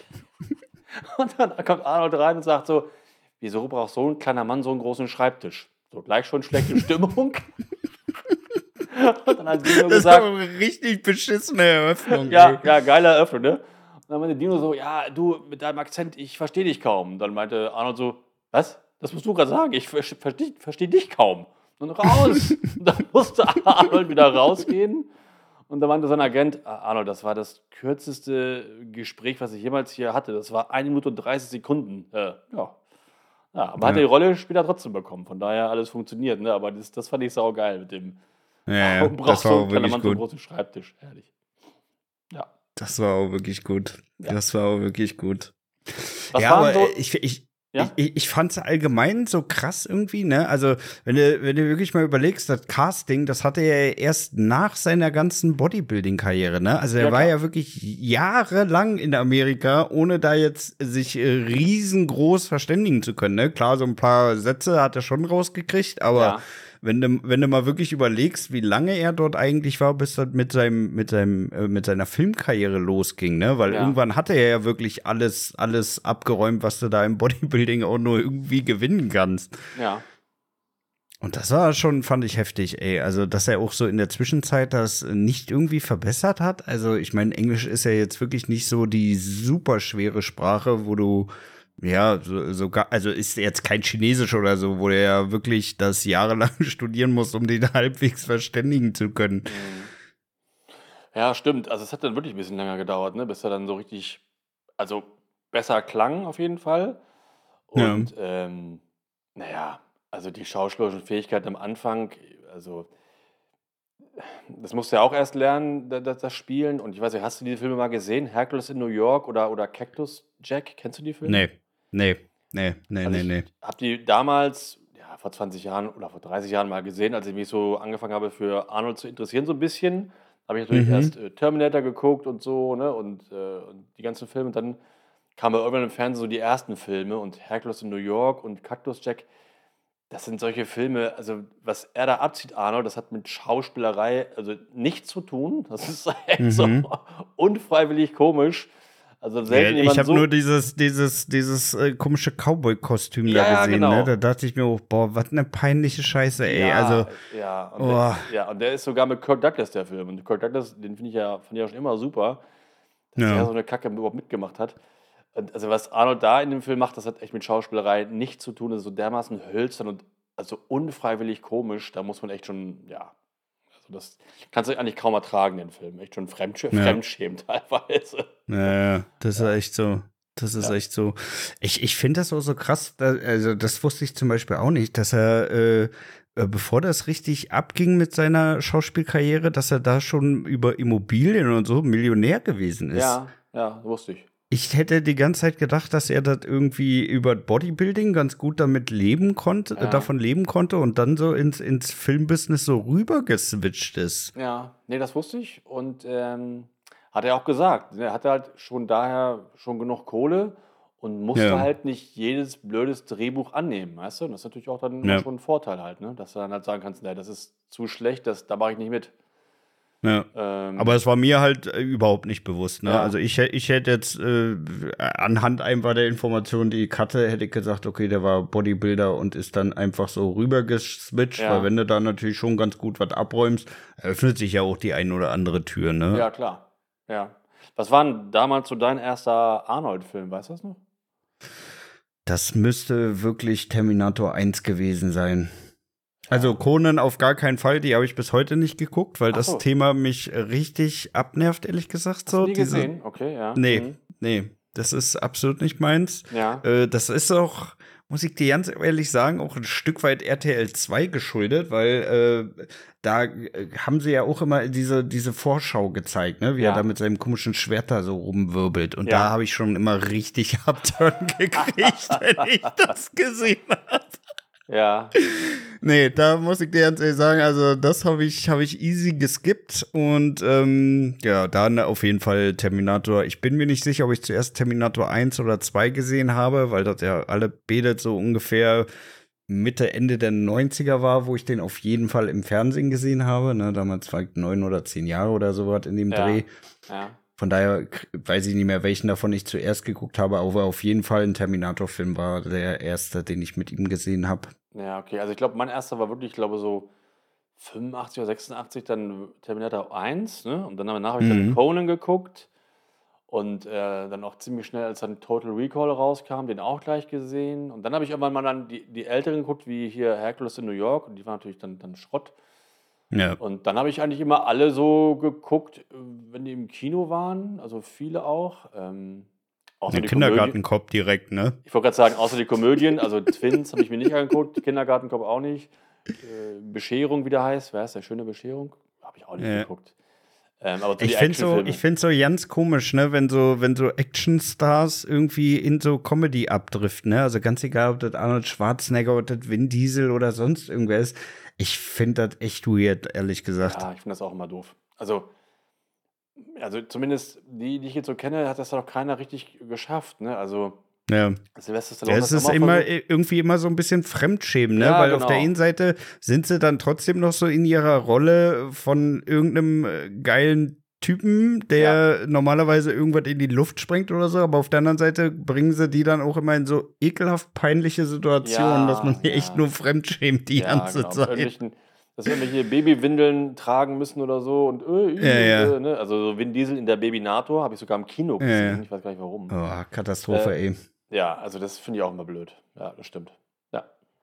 Und dann kommt Arnold rein und sagt so, wieso braucht so ein kleiner Mann so einen großen Schreibtisch? So gleich schon schlechte Stimmung. Und dann hat Dino das gesagt, ist aber eine richtig beschissene Eröffnung. ja, ey. ja, geile Eröffnung, ne? Und dann meinte Dino so, ja, du, mit deinem Akzent, ich verstehe dich kaum. Und dann meinte Arnold so, was? das musst du gerade sagen, ich verstehe versteh dich kaum. Und raus. Und dann musste Arnold wieder rausgehen. Und da meinte sein Agent, "Ah, Arnold, das war das kürzeste Gespräch, was ich jemals hier hatte. Das war eine Minute und dreißig Sekunden. Äh, ja. Ja, aber hat die Ja, Rolle später trotzdem bekommen. Von daher alles funktioniert. Ne? Aber das, das fand ich saugeil mit dem, ja, ja, warum das brauchst war du auch einen kleiner wirklich Mann so einen gut. großen Schreibtisch? Herrlich. Ja, Das war auch wirklich gut. ja. Das war auch wirklich gut. Was Ja, waren aber so, äh, ich, ich, ich, ja? ich, ich fand es allgemein so krass irgendwie, ne? Also, wenn du, wenn du wirklich mal überlegst, das Casting, das hatte er ja erst nach seiner ganzen Bodybuilding-Karriere, ne? Also, er Ja, war klar. ja wirklich jahrelang in Amerika, ohne da jetzt sich äh, riesengroß verständigen zu können, ne? Klar, so ein paar Sätze hat er schon rausgekriegt, aber Ja, wenn du, wenn du mal wirklich überlegst, wie lange er dort eigentlich war, bis das mit seinem, mit seinem, äh, mit seiner Filmkarriere losging, ne? Weil ja, irgendwann hatte er ja wirklich alles, alles abgeräumt, was du da im Bodybuilding auch nur irgendwie gewinnen kannst. ja. Und das war schon, fand ich heftig, ey. Also, dass er auch so in der Zwischenzeit das nicht irgendwie verbessert hat. Also, ich meine, Englisch ist ja jetzt wirklich nicht so die super schwere Sprache, wo du, ja, so, sogar, also ist jetzt kein Chinesisch oder so, wo du ja wirklich das jahrelang studieren musst, um den halbwegs verständigen zu können. Mhm. Ja, stimmt. Also es hat dann wirklich ein bisschen länger gedauert, ne, bis er dann so richtig, also besser klang auf jeden Fall. Ja, Und ähm, naja, also die schauspielerischen Fähigkeiten am Anfang, also das musst du ja auch erst lernen, da- da- das Spielen. Und ich weiß nicht, hast du die Filme mal gesehen? Hercules in New York oder, oder Cactus Jack? Kennst du die Filme? nee, nee, nee, nee, Also nee, ich nee. habe die damals, ja, vor zwanzig Jahren oder vor dreißig Jahren mal gesehen, als ich mich so angefangen habe für Arnold zu interessieren, so ein bisschen. Habe ich natürlich Mhm. erst äh, Terminator geguckt und so, ne? Und, äh, und die ganzen Filme. Und dann kamen irgendwann im Fernsehen so die ersten Filme und Hercules in New York und Cactus Jack. Das sind solche Filme, also was er da abzieht, Arnold, das hat mit Schauspielerei also nichts zu tun. Das ist echt so Mhm. unfreiwillig komisch. Also Ja, selten ich jemand habe nur so. dieses, dieses, dieses äh, komische Cowboy-Kostüm da Ja, ja, gesehen, ne? Da genau. dachte ich mir auch, boah, was eine peinliche Scheiße, ey. Also, Ja, ja, und der, oh, ja, und der ist sogar mit Kirk Douglas, der Film. Und Kirk Douglas, den finde ich ja, fand ich ja schon immer super, dass der ja. so eine Kacke überhaupt mitgemacht hat. Und also was Arnold da in dem Film macht, das hat echt mit Schauspielerei nichts zu tun. Das ist so dermaßen hölzern und also unfreiwillig komisch. Da muss man echt schon, ja, also das kannst du eigentlich kaum ertragen, den Film. Echt schon Fremdsch Ja. Fremdschämen teilweise. Ja, ja, das ist Ja, echt so. Das ist ja, echt so. Ich, ich finde das auch so krass, da, also das wusste ich zum Beispiel auch nicht, dass er, äh, äh, bevor das richtig abging mit seiner Schauspielkarriere, dass er da schon über Immobilien und so Millionär gewesen ist. ja, ja, wusste ich. Ich hätte die ganze Zeit gedacht, dass er das irgendwie über Bodybuilding ganz gut damit leben konnte, äh, Ja. davon leben konnte und dann so ins, ins Filmbusiness so rüber geswitcht ist. Ja, ne, das wusste ich und, ähm, hat er auch gesagt, ne? Er hatte halt schon daher schon genug Kohle und musste Ja, halt nicht jedes blödes Drehbuch annehmen, weißt du? Und das ist natürlich auch dann immer ja. schon 'n Vorteil halt, ne, dass du dann halt sagen kannst: „Ne, das ist zu schlecht, das da mache ich nicht mit.“ Ja. Aber Ähm, es war mir halt äh, überhaupt nicht bewusst, ne? Also ja, ich, hä- ich hätte jetzt äh, anhand einfach der Informationen, die ich hatte, hätte ich gesagt, okay, der war Bodybuilder und ist dann einfach so rüber geswitcht, weil ja, wenn du da natürlich schon ganz gut was abräumst, eröffnet sich ja auch die ein oder andere Tür, ne? ja klar, ja. Was war 'n damals so dein erster Arnold-Film, weißt du das noch? Das müsste wirklich Terminator eins gewesen sein. Ja, Also okay. Conan auf gar keinen Fall, die habe ich bis heute nicht geguckt, weil Ach das so, Thema mich richtig abnervt, ehrlich gesagt, hast du so. nie Diese, gesehen? Okay, ja, nee, mhm. nee, das ist absolut nicht meins. Ja, Äh, das ist auch, muss ich dir ganz ehrlich sagen, auch ein Stück weit R T L zwei geschuldet, weil äh, da äh, haben sie ja auch immer diese, diese Vorschau gezeigt, ne, wie er da ja, mit seinem komischen Schwert da so rumwirbelt. Und da ja. habe ich schon immer richtig Abturn gekriegt, wenn ich das gesehen habe. Ja, Nee, da muss ich dir ganz ehrlich sagen, also das habe ich, habe ich easy geskippt und ähm, ja, dann auf jeden Fall Terminator. Ich bin mir nicht sicher, ob ich zuerst Terminator eins oder zwei gesehen habe, weil das ja alle beide so ungefähr Mitte, Ende der neunziger war, wo ich den auf jeden Fall im Fernsehen gesehen habe. Ne, damals war ich neun oder zehn Jahre oder sowas in dem Dreh. ja, ja. Von daher k- weiß ich nicht mehr, welchen davon ich zuerst geguckt habe, aber auf jeden Fall ein Terminator-Film war der erste, den ich mit ihm gesehen habe. Ja, okay. Also ich glaube, mein erster war wirklich, ich glaube, so fünfundachtzig oder sechsundachtzig, dann Terminator eins, ne? Und dann danach habe ich dann Mhm. Conan geguckt. Und äh, dann auch ziemlich schnell, als dann Total Recall rauskam, den auch gleich gesehen. Und dann habe ich irgendwann mal dann die, die älteren geguckt, wie hier Hercules in New York. Und die waren natürlich dann, dann Schrott. Ja. Und dann habe ich eigentlich immer alle so geguckt, äh, wenn die im Kino waren. Also viele auch. Ähm, außer Der die Komödien. Kindergartenkopf direkt, ne? Ich wollte gerade sagen, außer die Komödien. Also Twins habe ich mir nicht angeguckt. Kindergartenkopf auch nicht. Äh, Bescherung, wie der heißt. Wer ist der? Schöne Bescherung? Habe ich auch nicht Ja. geguckt. Ähm, aber so Ich die finde so, Actionfilme. ich find's so ganz komisch, ne, wenn so, wenn so Actionstars irgendwie in so Comedy abdriften, ne? Also ganz egal, ob das Arnold Schwarzenegger oder das Vin Diesel oder sonst irgendwer ist. Ich finde das echt weird, ehrlich gesagt. Ja, ich finde das auch immer doof. Also, also zumindest die, die ich jetzt so kenne, hat das doch keiner richtig geschafft. Ne? Also Ja. Silvester Ja, Stallone es hat's ist auch mal immer versucht. irgendwie immer so ein bisschen Fremdschämen, ne? Ja, Weil auf der genau. einen Seite sind sie dann trotzdem noch so in ihrer Rolle von irgendeinem äh, geilen Typen, der normalerweise irgendwas in die Luft sprengt oder so, aber auf der anderen Seite bringen sie die dann auch immer in so ekelhaft peinliche Situationen, Ja, dass man sich echt ja. nur fremdschämt die Ja, ganze genau. Mit Zeit. irgendwelchen, dass sie irgendwelche Babywindeln tragen müssen oder so. Und, äh, Ja, ja. äh, ne? Also so Vin Diesel in der Babynator habe ich sogar im Kino Ja, gesehen. ja. Ich weiß gar nicht warum. Oh, Katastrophe, Äh, ey. Ja, also das finde ich auch immer blöd. Ja, das stimmt. Ja.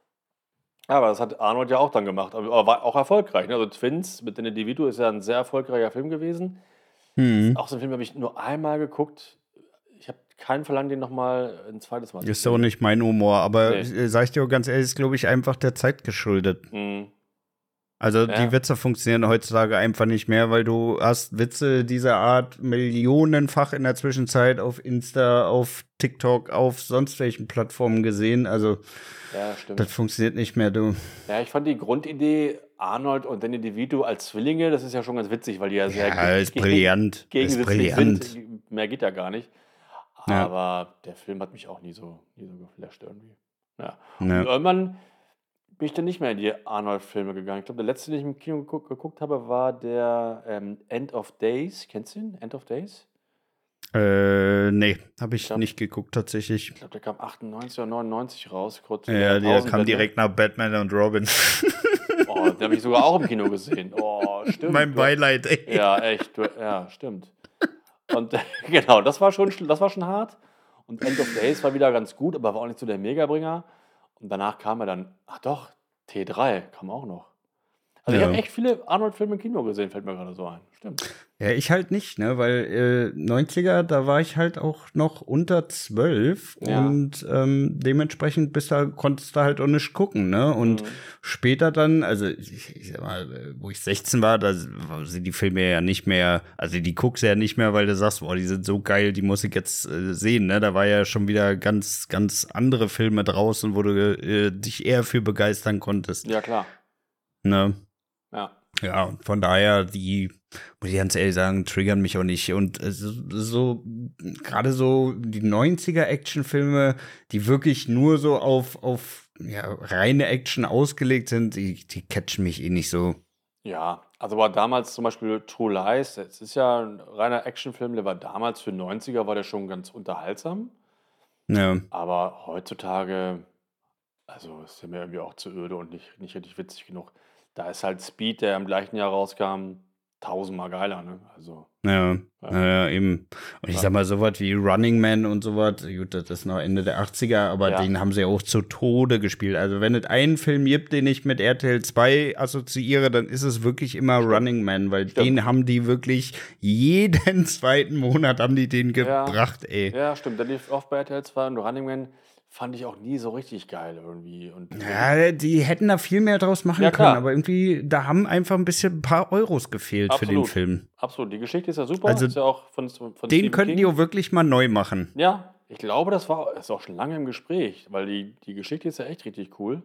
Aber das hat Arnold ja auch dann gemacht. Aber war auch erfolgreich. Ne? Also Twins mit Danny DeVito ist ja ein sehr erfolgreicher Film gewesen. Hm. Auch so einen Film habe ich nur einmal geguckt. Ich habe keinen Verlangen, den nochmal ein zweites Mal zu Ist auch sehen. nicht mein Humor, aber Nee. äh, sag ich dir auch ganz ehrlich, ist, glaube ich, einfach der Zeit geschuldet. Mhm. Also Ja. die Witze funktionieren heutzutage einfach nicht mehr, weil du hast Witze dieser Art millionenfach in der Zwischenzeit auf Insta, auf TikTok, auf sonst welchen Plattformen gesehen. Also Ja, stimmt. das funktioniert nicht mehr, du. Ja, ich fand die Grundidee, Arnold und Danny DeVito als Zwillinge, das ist ja schon ganz witzig, weil die ja sehr Ja, ist ge- brillant. Ist gegensätzlich brillant. sind. Mehr geht ja gar nicht. Ja. Aber der Film hat mich auch nie so, nie so geflasht irgendwie. Ja. Und Ja. irgendwann bin ich dann nicht mehr in die Arnold-Filme gegangen. Ich glaube, der letzte, den ich im Kino geguckt, geguckt habe, war der ähm, End of Days. Kennst du ihn? End of Days? Äh, nee, habe ich glaub- nicht geguckt tatsächlich. Ich glaube, der kam achtundneunzig oder neunundneunzig raus. Kurz vor Ja, der kam Jahrtausendwende. direkt nach Batman und Robin. Oh, den habe ich sogar auch im Kino gesehen. Oh, stimmt. mein Du- Beileid, ey. Ja, echt. Du, ja, stimmt. Und genau, das war schon, schl- das war schon hart. Und End of Days war wieder ganz gut, aber war auch nicht so der Megabringer. Und danach kam er dann, ach doch, T drei kam auch noch. Also ich Ja. habe echt viele Arnold-Filme im Kino gesehen, fällt mir gerade so ein. Stimmt. Ja, ich halt nicht, ne, weil äh, neunziger, da war ich halt auch noch unter zwölf Ja. und ähm, dementsprechend bis da konntest du halt auch nicht gucken, ne? Und Mhm. später dann, also ich, ich sag mal, äh, wo ich sechzehn war, da sind die Filme ja nicht mehr, also die guckst du ja nicht mehr, weil du sagst, boah, die sind so geil, die muss ich jetzt äh, sehen, ne? Da war ja schon wieder ganz, ganz andere Filme draußen, wo du äh, dich eher für begeistern konntest, Ja, klar. ne? Ja. Ja, und von daher, die, muss ich ganz ehrlich sagen, triggern mich auch nicht. Und äh, so, so gerade so die neunziger Actionfilme, die wirklich nur so auf, auf ja, reine Action ausgelegt sind, die, die catchen mich eh nicht so. Ja, also war damals zum Beispiel True Lies, das ist ja ein reiner Actionfilm, der war damals für neunziger, war der schon ganz unterhaltsam. Ja, Aber heutzutage, also ist der mir irgendwie auch zu öde und nicht, nicht richtig witzig genug. Da ist halt Speed, der im gleichen Jahr rauskam, tausendmal geiler, ne? Also, ja, Ja. ja, eben. Und ich Ja. sag mal, sowas wie Running Man und sowas, gut, das ist noch Ende der achtziger, aber Ja. den haben sie auch zu Tode gespielt. Also wenn es einen Film gibt, den ich mit R T L zwei assoziiere, dann ist es wirklich immer Stimmt. Running Man, weil Stimmt. den haben die wirklich jeden zweiten Monat haben die den Ja. gebracht, ey. ja, stimmt, der lief oft bei R T L zwei und Running Man fand ich auch nie so richtig geil irgendwie. Und Ja, die hätten da viel mehr draus machen Ja, klar. können, aber irgendwie, da haben einfach ein bisschen ein paar Euros gefehlt für den Absolut. Film. absolut, die Geschichte ist ja super. Also, ist ja auch von, von Den Stephen könnten King. die auch wirklich mal neu machen. Ja, ich glaube, das war ist auch schon lange im Gespräch, weil die, die Geschichte ist ja echt richtig cool.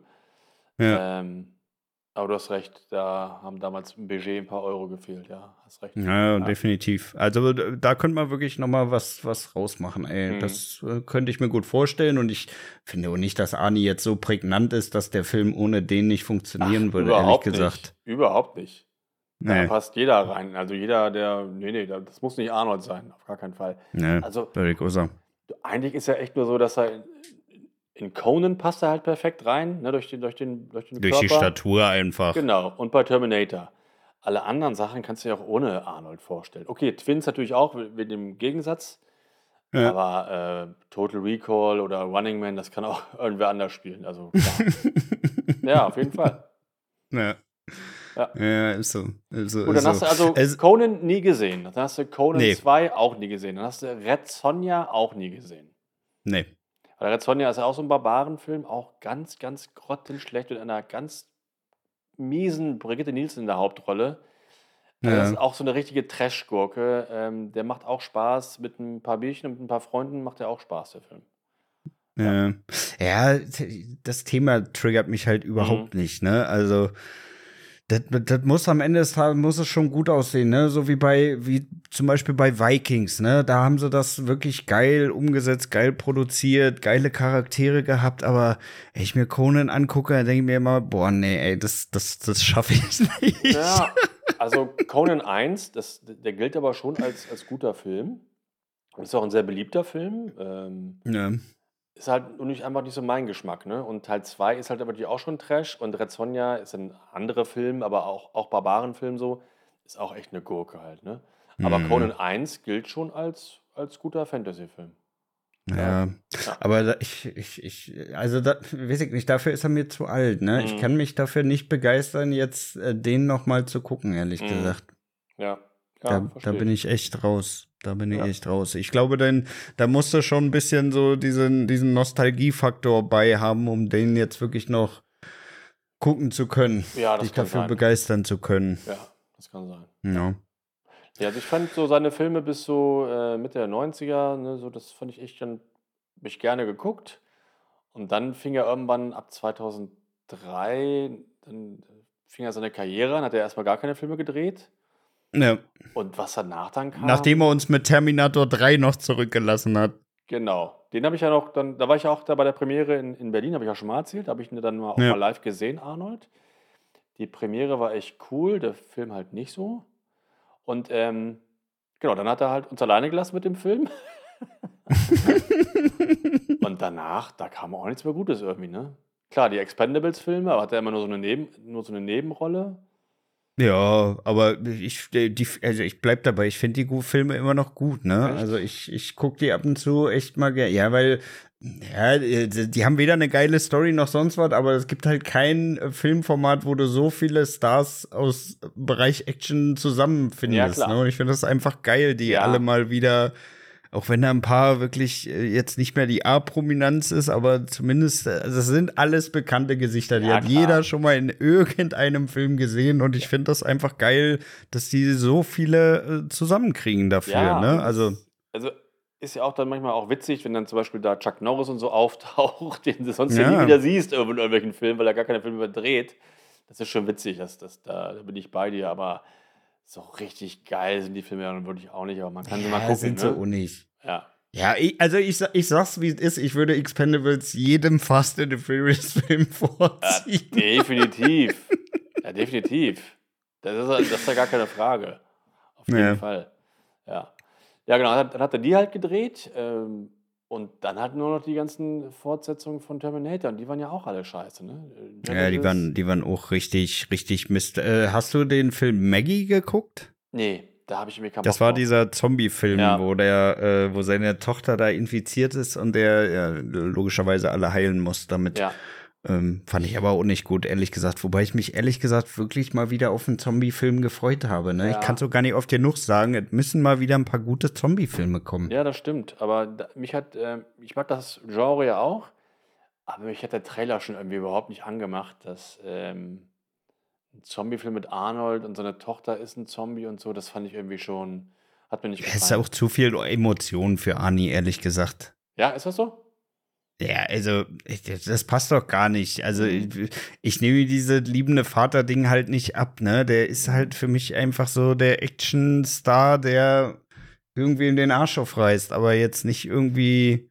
Ja. Ähm, aber du hast recht, da haben damals im Budget ein paar Euro gefehlt, ja, hast recht. Ja, Ja. definitiv. Also d- da könnte man wirklich noch mal was, was rausmachen, ey. Mhm. Das äh, könnte ich mir gut vorstellen und ich finde auch nicht, dass Arnie jetzt so prägnant ist, dass der Film ohne den nicht funktionieren Ach, würde, ehrlich überhaupt gesagt. nicht. Überhaupt nicht. Da Nee, passt jeder rein. Also jeder, der, nee, nee, da- das muss nicht Arnold sein, auf gar keinen Fall. nee, Also würde ich auch sagen. eigentlich ist ja echt nur so, dass er in, in Conan passt er halt perfekt rein, ne, durch den, durch den, durch den Durch die Körper. Statur einfach. Genau, und bei Terminator. Alle anderen Sachen kannst du dir auch ohne Arnold vorstellen. Okay, Twins natürlich auch wegen dem Gegensatz. Ja. Aber äh, Total Recall oder Running Man, das kann auch irgendwer anders spielen. Also klar. Ja, auf jeden Fall. Ja. Ja. Ja, ist so. Ist so, Gut, ist dann hast so. du also Es, Conan nie gesehen. Dann hast du Conan nee, zwei auch nie gesehen. Dann hast du Red Sonja auch nie gesehen. nee. Weil Red Sonja ist ja auch so ein Barbarenfilm, auch ganz, ganz grottenschlecht mit einer ganz miesen Brigitte Nielsen in der Hauptrolle. Also das ist Ja. auch so eine richtige Trash-Gurke. Ähm, der macht auch Spaß mit ein paar Bierchen und mit ein paar Freunden macht der auch Spaß, der Film. Ja. Ja, t- das Thema triggert mich halt Mhm. überhaupt nicht, ne? Also, das, das muss am Ende des Tages muss es schon gut aussehen, ne? So wie bei, wie zum Beispiel bei Vikings, ne? Da haben sie das wirklich geil umgesetzt, geil produziert, geile Charaktere gehabt, aber wenn ich mir Conan angucke, dann denke ich mir immer, boah, nee, ey, das, das, das schaffe ich nicht. Ja, also Conan eins, das, der gilt aber schon als, als guter Film. Ist auch ein sehr beliebter Film. Ähm, Ja. ist halt nur nicht einfach nicht so mein Geschmack, ne? Und Teil zwei ist halt aber die auch schon Trash und Red Sonja ist ein anderer Film, aber auch, auch Barbarenfilm so, ist auch echt eine Gurke halt, ne? Aber Conan Mhm. eins gilt schon als, als guter Fantasy-Film. Ja, Ja. aber da, ich, ich, ich, also da, weiß ich nicht, dafür ist er mir zu alt, ne? Ich Mhm. kann mich dafür nicht begeistern, jetzt äh, den noch mal zu gucken, ehrlich Mhm. gesagt. Ja, Da, ja, da verstehe bin ich. ich echt raus. Da bin ich Ja. echt raus. Ich glaube, denn da musst du schon ein bisschen so diesen, diesen Nostalgiefaktor bei haben, um den jetzt wirklich noch gucken zu können, Ja, das dich kann dafür sein. begeistern zu können. Ja, das kann sein. Ja. Ja, also ich fand so seine Filme bis so äh, Mitte der neunziger, ne, so das fand ich echt dann, hab ich gerne geguckt. Und dann fing er irgendwann ab zweitausenddrei, dann fing er seine Karriere an, hat er erstmal gar keine Filme gedreht. Ja. Und was danach dann Nachdem kam, er uns mit Terminator drei noch zurückgelassen hat. genau, den habe ich ja noch, dann, da war ich ja auch da bei der Premiere in, in Berlin, habe ich ja schon mal erzählt, habe ich ihn dann mal auch Ja. mal live gesehen, Arnold. Die Premiere war echt cool, der Film halt nicht so. Und ähm, genau, dann hat er halt uns alleine gelassen mit dem Film. Und danach, da kam auch nichts mehr Gutes irgendwie, ne? Klar, die Expendables-Filme, aber hat er immer nur so eine, Neben, nur so eine Nebenrolle. Ja, aber ich, die, also ich bleib dabei, ich finde die Gu- Filme immer noch gut, ne? Echt? Also ich, ich guck die ab und zu echt mal gerne. Ja, weil, ja, die die haben weder eine geile Story noch sonst was, aber es gibt halt kein äh, Filmformat, wo du so viele Stars aus Bereich Action Ja, zusammenfindest, klar. ne? Und ich finde das einfach geil, die Ja. alle mal wieder, auch wenn da ein paar wirklich äh, jetzt nicht mehr die A-Prominenz ist, aber zumindest, äh, also es sind alles bekannte Gesichter. Die Ja, hat klar. jeder schon mal in irgendeinem Film gesehen und ich finde das einfach geil, dass die so viele äh, zusammenkriegen dafür, Ja, ne? und Also, das, also ist ja auch dann manchmal auch witzig, wenn dann zum Beispiel da Chuck Norris und so auftaucht, den du sonst ja nie ja, wieder siehst irgendwo in irgendwelchen Filmen, weil er gar keine Filme mehr dreht. Das ist schon witzig, das, das, da, da bin ich bei dir, aber so richtig geil sind die Filme ja nun wirklich auch nicht, aber man kann sie mal ja, gucken, sind so ne? unig. Ja. Ja, ich, also ich, sa- ich sag's, wie es ist. Ich würde Expendables jedem Fast and the Furious Film Ja, vorziehen. definitiv. Ja, definitiv. Das ist, ja- das ist ja gar keine Frage. Auf jeden Ja. Fall. Ja. Ja, genau. Dann hat, dann hat er die halt gedreht. Ähm, und dann halt nur noch die ganzen Fortsetzungen von Terminator. Und die waren ja auch alle scheiße, ne? Äh, Ja, die Genesis- waren, die waren auch richtig, richtig Mist. Äh, hast du den Film Maggie geguckt? Nee, da habe ich mir keinen Das Bock war drauf. dieser Zombie-Film, Ja. wo der, äh, wo seine Tochter da infiziert ist und der ja, logischerweise alle heilen muss damit. Ja. Ähm, fand ich aber auch nicht gut, ehrlich gesagt. Wobei ich mich ehrlich gesagt wirklich mal wieder auf einen Zombie-Film gefreut habe. Ne? Ja. Ich kann so gar nicht oft genug sagen, es müssen mal wieder ein paar gute Zombie-Filme kommen. Ja, das stimmt. Aber da, mich hat, ähm, ich mag das Genre ja auch, aber mich hat der Trailer schon irgendwie überhaupt nicht angemacht, dass ähm, ein Zombie-Film mit Arnold und seine Tochter ist ein Zombie und so. Das fand ich irgendwie schon, hat mir nicht Es ist gefallen. auch zu viel Emotion für Arnie, ehrlich gesagt. Ja, ist das so? Ja, also, ich- das passt doch gar nicht. Also, Mhm. ich, ich nehme diese liebende Vater-Ding halt nicht ab, ne? Der ist halt für mich einfach so der Action-Star, der irgendwie in den Arsch aufreißt, aber jetzt nicht irgendwie,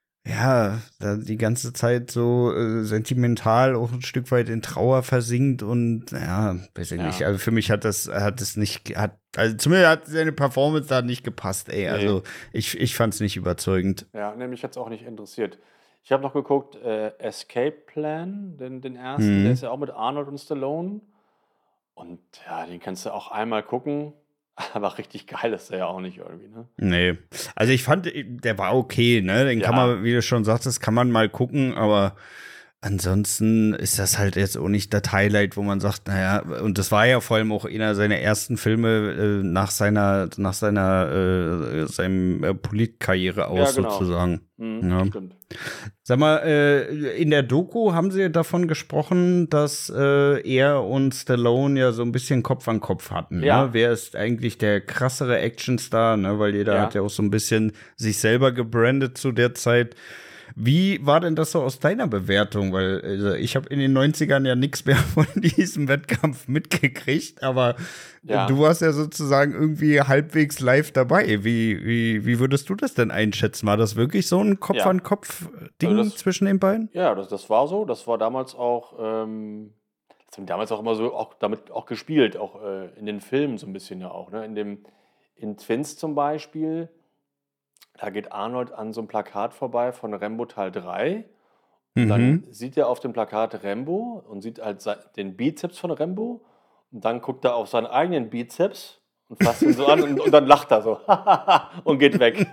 ja, da die ganze Zeit so äh, sentimental auch ein Stück weit in Trauer versinkt und, ja, weiß ich Ja. nicht. Also, für mich hat das, hat das nicht, hat, also zumindest hat seine Performance da nicht gepasst, ey. Nee. Also, ich, ich fand's nicht überzeugend. Ja, ne, mich hat es auch nicht interessiert. Ich habe noch geguckt, äh, Escape Plan, den, den ersten, Mhm. der ist ja auch mit Arnold und Stallone. Und ja, den kannst du auch einmal gucken. Aber richtig geil ist der ja auch nicht irgendwie, ne? Nee. Also ich fand, der war okay, ne? Den Ja. kann man, wie du schon sagtest, kann man mal gucken, aber ansonsten ist das halt jetzt auch nicht das Highlight, wo man sagt, naja, und das war ja vor allem auch einer seiner ersten Filme äh, nach seiner, nach seiner, äh, seinem äh, Politkarriere aus, Ja, genau. sozusagen. Mhm, Ja. Stimmt. Sag mal, äh, in der Doku haben sie davon gesprochen, dass äh, er und Stallone ja so ein bisschen Kopf an Kopf hatten. Ja. Ne? Wer ist eigentlich der krassere Actionstar? Ne? Weil jeder Ja. hat ja auch so ein bisschen sich selber gebrandet zu der Zeit. Wie war denn das so aus deiner Bewertung? Weil also ich habe in den neunzigern ja nichts mehr von diesem Wettkampf mitgekriegt, aber Ja. du warst ja sozusagen irgendwie halbwegs live dabei. Wie, wie, wie würdest du das denn einschätzen? War das wirklich so ein Kopf-an-Kopf-Ding Also das- zwischen den beiden? Ja, das, das war so. Das war damals auch, ähm, das haben die damals auch immer so auch damit auch gespielt, auch äh, in den Filmen so ein bisschen ja auch. Ne? In dem in Twins zum Beispiel, da geht Arnold an so einem Plakat vorbei von Rambo Teil drei. Und dann Mhm. sieht er auf dem Plakat Rambo und sieht halt se- den Bizeps von Rambo. Und dann guckt er auf seinen eigenen Bizeps und fasst ihn so an und, und dann lacht er so und geht weg.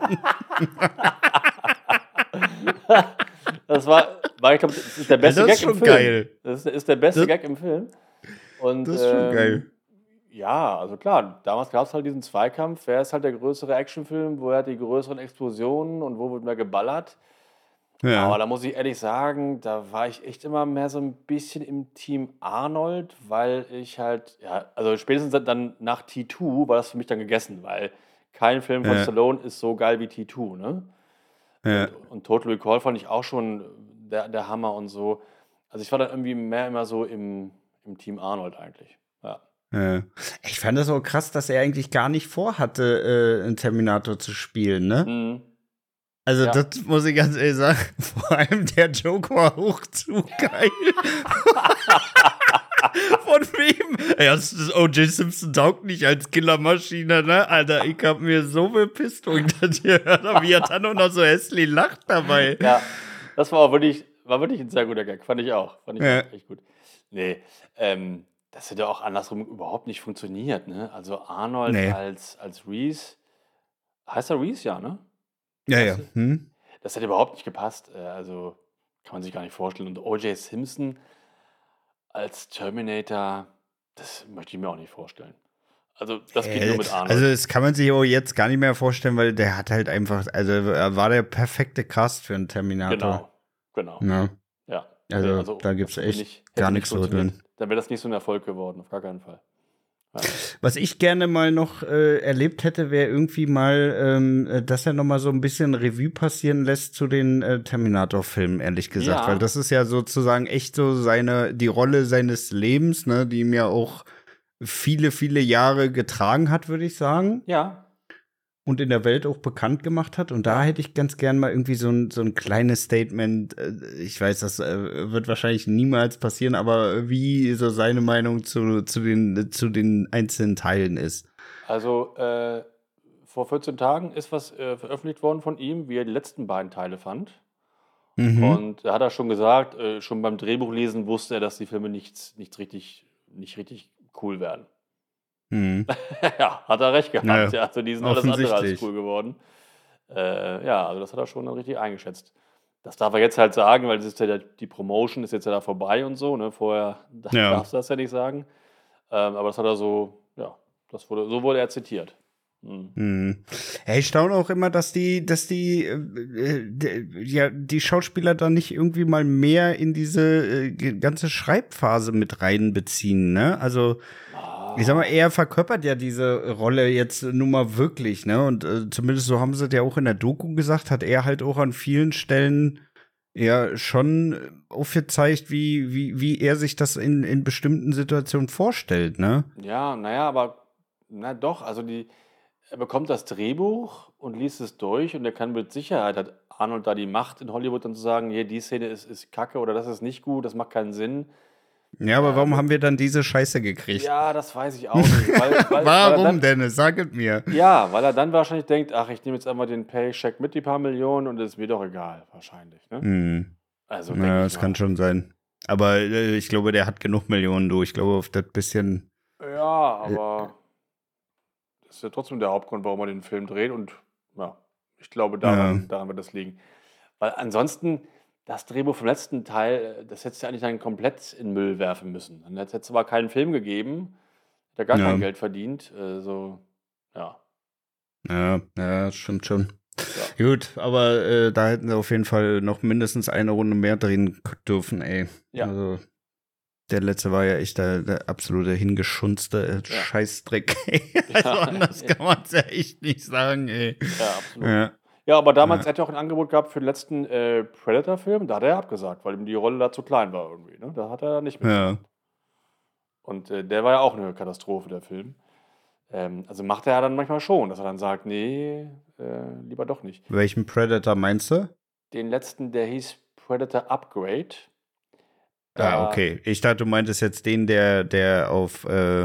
Das war, war ich glaube, das ist der beste Ja, das Gag ist im schon Film. geil. Das ist, ist der beste Das- Gag im Film. Und, Das ist schon ähm, geil. Ja, also klar, damals gab es halt diesen Zweikampf. Wer ist halt der größere Actionfilm? Wo hat die größeren Explosionen und wo wird mehr geballert? Ja. Aber da muss ich ehrlich sagen, da war ich echt immer mehr so ein bisschen im Team Arnold, weil ich halt, ja, also spätestens dann nach T zwei war das für mich dann gegessen, weil kein Film von Ja. Stallone ist so geil wie T zwei, ne? Ja. Und, und Total Recall fand ich auch schon der, der Hammer und so. Also ich war dann irgendwie mehr immer so im, im Team Arnold eigentlich. Ja. Ja. Ich fand das auch krass, dass er eigentlich gar nicht vorhatte, äh, einen Terminator zu spielen, ne? Mhm. Also, Ja. das muss ich ganz ehrlich sagen. Vor allem der Joke war hoch zu geil. Von wem? Ja, das ist O J Simpson taugt nicht als Killermaschine, ne? Alter, ich hab mir so bepisst, wo ich das gehört habe, wie er dann auch noch so hässlich lacht dabei. Ja, das war auch wirklich, war wirklich ein sehr guter Gag. Fand ich auch. Fand ich Ja. auch echt gut. Nee, ähm, das hätte auch andersrum überhaupt nicht funktioniert, ne? Also Arnold Nee. als, als Reese. Heißt er Reese, ja, ne? Ja, ja. Weißt du? Hm? Das hätte überhaupt nicht gepasst. Äh, Also kann man sich gar nicht vorstellen. Und O J Simpson als Terminator, das möchte ich mir auch nicht vorstellen. Also das geht nur mit Arnold. Also, das kann man sich auch jetzt gar nicht mehr vorstellen, weil der hat halt einfach, also, er war der perfekte Cast für einen Terminator. genau, genau. Ja. Ja. Also, da gibt's das hätte echt nicht- gar hätte nicht nichts zu rütteln. funktioniert. Dann wäre das nicht so ein Erfolg geworden, auf gar keinen Fall. Ja. Was ich gerne mal noch äh, erlebt hätte, wäre irgendwie mal, ähm, äh, dass er noch mal so ein bisschen Revue passieren lässt zu den äh, Terminator-Filmen, ehrlich gesagt. Ja. Weil das ist ja sozusagen echt so seine, die Rolle seines Lebens, ne, die ihm ja auch viele, viele Jahre getragen hat, würde ich sagen. Ja, Und in der Welt auch bekannt gemacht hat. Und da hätte ich ganz gern mal irgendwie so ein, so ein kleines Statement. äh, Ich weiß, das äh, wird wahrscheinlich niemals passieren, aber wie so seine Meinung zu, zu, den, zu den einzelnen Teilen ist. also äh, vor vierzehn Tagen ist was äh, veröffentlicht worden von ihm, wie er die letzten beiden Teile fand. Mhm. Und da hat er schon gesagt, äh, schon beim Drehbuchlesen wusste er, dass die Filme nichts, nichts richtig, nicht richtig cool werden. Mhm. Ja, hat er recht gehabt. Ja, Ja, also die sind alles andere als offensichtlich. cool geworden. Äh, ja, also das hat er schon dann richtig eingeschätzt. Das darf er jetzt halt sagen, weil das ist ja der, die Promotion ist jetzt ja da vorbei und so. Ne? Vorher da Ja. darfst du das ja nicht sagen. Ähm, aber das hat er so, ja, das wurde, so wurde er zitiert. Mhm. Mhm. Ja, ich staune auch immer, dass die, dass die, äh, d- ja, die Schauspieler da nicht irgendwie mal mehr in diese äh, ge- ganze Schreibphase mit reinbeziehen, ne? Also, ich sag mal, er verkörpert ja diese Rolle jetzt nun mal wirklich, ne? Und äh, zumindest so haben sie es ja auch in der Doku gesagt, hat er halt auch an vielen Stellen ja schon aufgezeigt, wie, wie, wie er sich das in, in bestimmten Situationen vorstellt, ne? Ja, naja, aber na doch, also die, er bekommt das Drehbuch und liest es durch und er kann mit Sicherheit, hat Arnold da die Macht in Hollywood dann zu sagen, hier, die Szene ist, ist kacke oder das ist nicht gut, das macht keinen Sinn. Ja, aber warum Ähm, haben wir dann diese Scheiße gekriegt? Ja, das weiß ich auch nicht. Weil, weil, weil er Warum, dann, Dennis? Sag es mir. Ja, weil er dann wahrscheinlich denkt, ach, ich nehme jetzt einmal den Paycheck mit die paar Millionen und es ist mir doch egal, wahrscheinlich. Ne? Hm. Also denke Ja, ich das mal. kann schon sein. Aber äh, ich glaube, der hat genug Millionen, du. Ich glaube, auf das bisschen. Ja, aber ist ja trotzdem der Hauptgrund, warum man den Film dreht. Und ja, ich glaube, daran, Ja. daran wird das liegen. Weil ansonsten, das Drehbuch vom letzten Teil, das hättest du eigentlich dann komplett in den Müll werfen müssen. Dann hätte es aber keinen Film gegeben, der gar Ja. kein Geld verdient. Äh, so, ja. Ja, ja, stimmt schon. Ja. Gut, aber äh, da hätten sie auf jeden Fall noch mindestens eine Runde mehr drehen k- dürfen, ey. Ja. Also, der letzte war ja echt der, der absolute hingeschunzte äh, Ja. Scheißdreck. Also Ja. anders kann man es ja echt nicht sagen, ey. Ja, absolut. Ja, Ja, aber damals Ja. hat er auch ein Angebot gehabt für den letzten äh, Predator-Film. Da hat er abgesagt, weil ihm die Rolle da zu klein war irgendwie. Ne? Da hat er nicht ja. mitgemacht. Und äh, der war ja auch eine Katastrophe, der Film. Ähm, also macht er ja dann manchmal schon, dass er dann sagt, nee, äh, lieber doch nicht. Welchen Predator meinst du? Den letzten, der hieß Predator Upgrade. Ah, Da, okay. Ich dachte, du meintest jetzt den, der, der auf äh,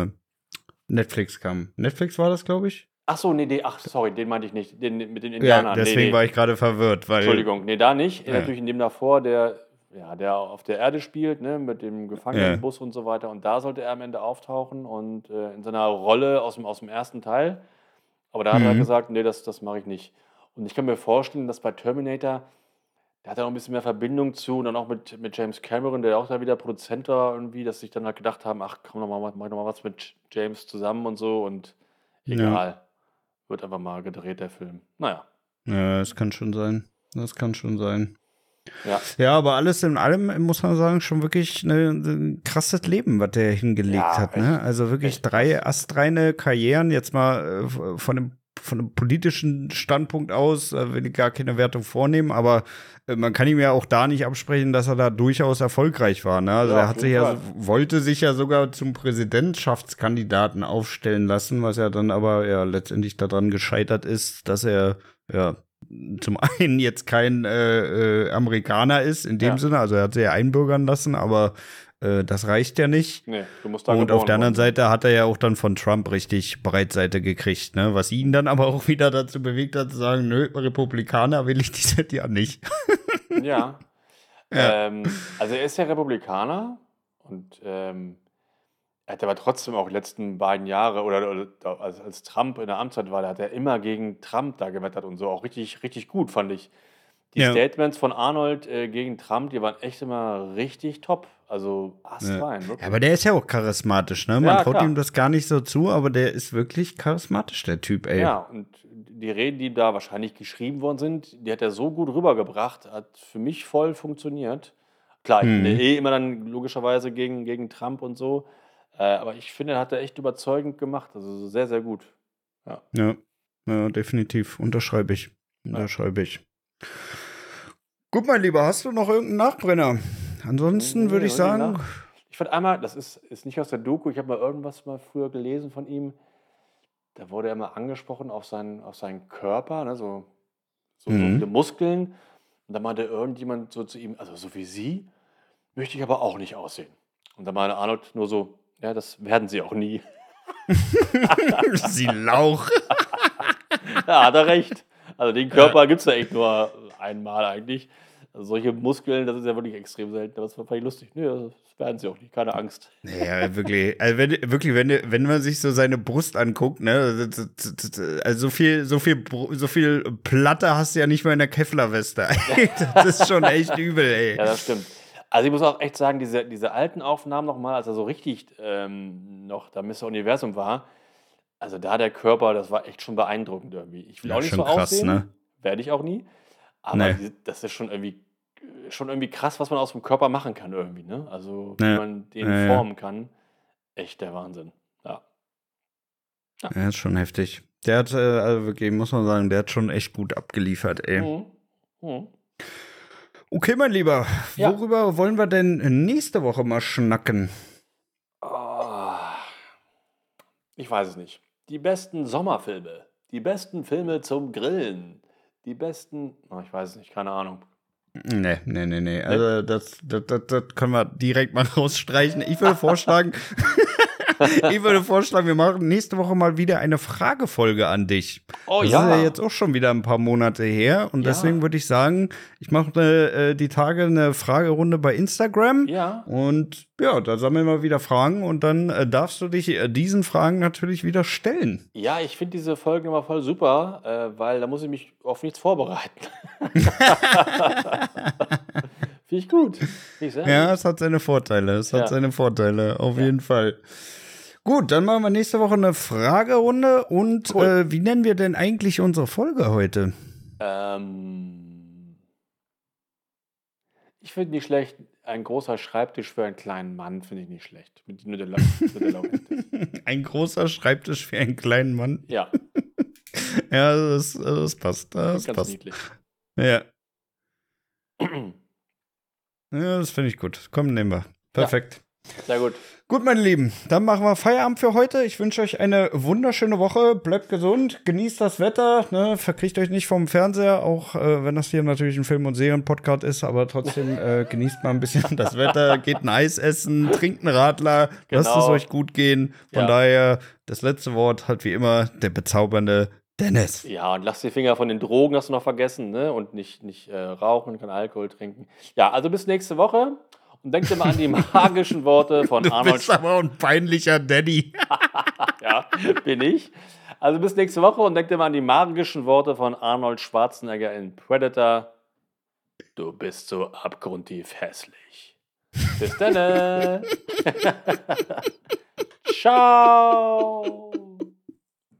Netflix kam. Netflix war das, glaube ich? ach so, nee, den, ach, sorry, den meinte ich nicht. Den mit den Ja, Indianern. Nee, deswegen nee. war ich gerade verwirrt, weil. Entschuldigung, nee, da nicht. Ja. Natürlich in dem davor, der, ja, der auf der Erde spielt, ne, mit dem Gefangenenbus und so weiter. Und da sollte er am Ende auftauchen und äh, in seiner Rolle aus dem, aus dem ersten Teil. Aber da hat er Mhm. gesagt, nee, das, das mache ich nicht. Und ich kann mir vorstellen, dass bei Terminator, da hat er noch ein bisschen mehr Verbindung zu und dann auch mit, mit James Cameron, der auch da wieder Produzent war irgendwie, dass sich dann halt gedacht haben, ach komm, noch mal, mach noch mal was mit James zusammen und so und Ja. egal. Wird einfach mal gedreht, der Film. Naja, Ja, das kann schon sein. Das kann schon sein. ja. Ja, aber alles in allem muss man sagen, schon wirklich ne, ein krasses Leben, was der hingelegt Ja, hat. Ne? echt, Also wirklich echt drei krass. astreine Karrieren, jetzt mal äh, von dem von einem politischen Standpunkt aus, äh, will ich gar keine Wertung vornehmen, aber äh, man kann ihm ja auch da nicht absprechen, dass er da durchaus erfolgreich war. Ne? Also Ja, er auf hat sich jeden ja, Fall. wollte sich ja sogar zum Präsidentschaftskandidaten aufstellen lassen, was ja dann aber ja letztendlich daran gescheitert ist, dass er ja zum einen jetzt kein äh, äh, Amerikaner ist, in dem Ja. Sinne, also er hat sich ja einbürgern lassen, aber äh, das reicht ja nicht. Nee, du musst da Und auf geboren der anderen worden sein. Seite hat er ja auch dann von Trump richtig Breitseite gekriegt, ne? Was ihn dann aber auch wieder dazu bewegt hat, zu sagen, nö, Republikaner will ich dieses Jahr nicht. Ja. Ja. Ähm, also er ist ja Republikaner und ähm, er hat aber trotzdem auch die letzten beiden Jahre oder, oder als, als Trump in der Amtszeit war, da hat er immer gegen Trump da gewettert und so. Auch richtig, richtig gut, fand ich. Die Ja. Statements von Arnold äh, gegen Trump, die waren echt immer richtig top. Also Ja. astrein, Ja, wirklich. aber der ist ja auch charismatisch, ne? Man Ja, traut klar. ihm das gar nicht so zu, aber der ist wirklich charismatisch, der Typ, ey. Ja, und die Reden, die da wahrscheinlich geschrieben worden sind, die hat er so gut rübergebracht, hat für mich voll funktioniert. Klar, ich bin ja Mhm. eh immer dann logischerweise gegen, gegen Trump und so, äh, aber ich finde, er hat er echt überzeugend gemacht, also sehr, sehr gut. Ja. Ja, ja, definitiv. Unterschreibe ich. Ja. Unterschreibe ich. Gut, mein Lieber, hast du noch irgendeinen Nachbrenner? Ansonsten Nee, würde ich irgendwie sagen, nach. Ich fand einmal, das ist, ist nicht aus der Doku, ich habe mal irgendwas mal früher gelesen von ihm, da wurde er mal angesprochen auf seinen, auf seinen Körper, ne, so, so, so viele mhm. Muskeln. Und da meinte irgendjemand so zu ihm, also so wie Sie möchte ich aber auch nicht aussehen. Und da meinte Arnold nur so, ja, das werden Sie auch nie. Sie Lauch. Ja, hat er recht. Also den Körper gibt es ja echt nur einmal eigentlich. Also solche Muskeln, das ist ja wirklich extrem selten. Aber das war vielleicht lustig. Nee, das werden Sie auch nicht, keine Angst. Ja, wirklich. Also wenn, wirklich, wenn, wenn man sich so seine Brust anguckt, ne, das- das- das- also so viel, so viel, Bru- so viel Platte hast du ja nicht mal in der Kevlar-Weste. Das ist schon echt übel, ey. Ja, das stimmt. Also ich muss auch echt sagen, diese, diese alten Aufnahmen nochmal, als er so richtig ähm, noch da Mister Universum war, also da der Körper, das war echt schon beeindruckend irgendwie. Ich will Ja, auch nicht schon so krass, aussehen, ne? werde ich auch nie. Aber Nee. die, das ist schon irgendwie, schon irgendwie krass, was man aus dem Körper machen kann irgendwie, ne? Also wie Ja. man den Ja, ja. formen kann. Echt der Wahnsinn. Ja. Ja, ist schon heftig. Der hat, äh, also wirklich, muss man sagen, der hat schon echt gut abgeliefert, ey. Mhm. Mhm. Okay, mein Lieber, Ja. worüber wollen wir denn nächste Woche mal schnacken? Ah, ich weiß es nicht. Die besten Sommerfilme. Die besten Filme zum Grillen. Die besten. Oh, ich weiß es nicht, keine Ahnung. Nee, nee, nee, nee. Also das, das, das, das können wir direkt mal rausstreichen. Ich würde vorschlagen, Ich würde vorschlagen, wir machen nächste Woche mal wieder eine Fragefolge an dich. Oh das ja. ist ja jetzt auch schon wieder ein paar Monate her. Und Ja. deswegen würde ich sagen, ich mache ne, äh, die Tage eine Fragerunde bei Instagram. Ja. Und ja, da sammeln wir wieder Fragen. Und dann äh, darfst du dich äh, diesen Fragen natürlich wieder stellen. Ja, ich finde diese Folgen immer voll super, äh, weil da muss ich mich auf nichts vorbereiten. Finde ich gut. Find ich sehr Ja, gut. es hat seine Vorteile. Es hat Ja. seine Vorteile, auf Ja. jeden Fall. Gut, dann machen wir nächste Woche eine Fragerunde. Und Cool. äh, wie nennen wir denn eigentlich unsere Folge heute? Ähm, ich finde nicht schlecht, ein großer Schreibtisch für einen kleinen Mann finde ich nicht schlecht. Mit, mit der, La- mit der Laurintis. Ein großer Schreibtisch für einen kleinen Mann. Ja, Ja, das, das passt. Das ganz passt. niedlich. Ja. Ja, das finde ich gut. Komm, nehmen wir. Perfekt. Sehr gut. Gut, meine Lieben, dann machen wir Feierabend für heute. Ich wünsche euch eine wunderschöne Woche. Bleibt gesund, genießt das Wetter, ne? Verkriecht euch nicht vom Fernseher, auch äh, wenn das hier natürlich ein Film- und Serien-Podcast ist, aber trotzdem äh, genießt mal ein bisschen das Wetter, geht ein Eis essen, trinkt einen Radler, lasst Genau. es euch gut gehen. Von Ja. daher, das letzte Wort hat wie immer der bezaubernde Dennis. Ja, und lasst die Finger von den Drogen, hast du noch vergessen, ne? Und nicht, nicht äh, rauchen, kein Alkohol trinken. Ja, also bis nächste Woche. Und denkt immer an die magischen Worte von Du Arnold bist aber auch ein peinlicher Daddy. Ja, bin ich. Also bis nächste Woche und denkt immer an die magischen Worte von Arnold Schwarzenegger in Predator. Du bist so abgrundtief hässlich. Bis dann. Ciao.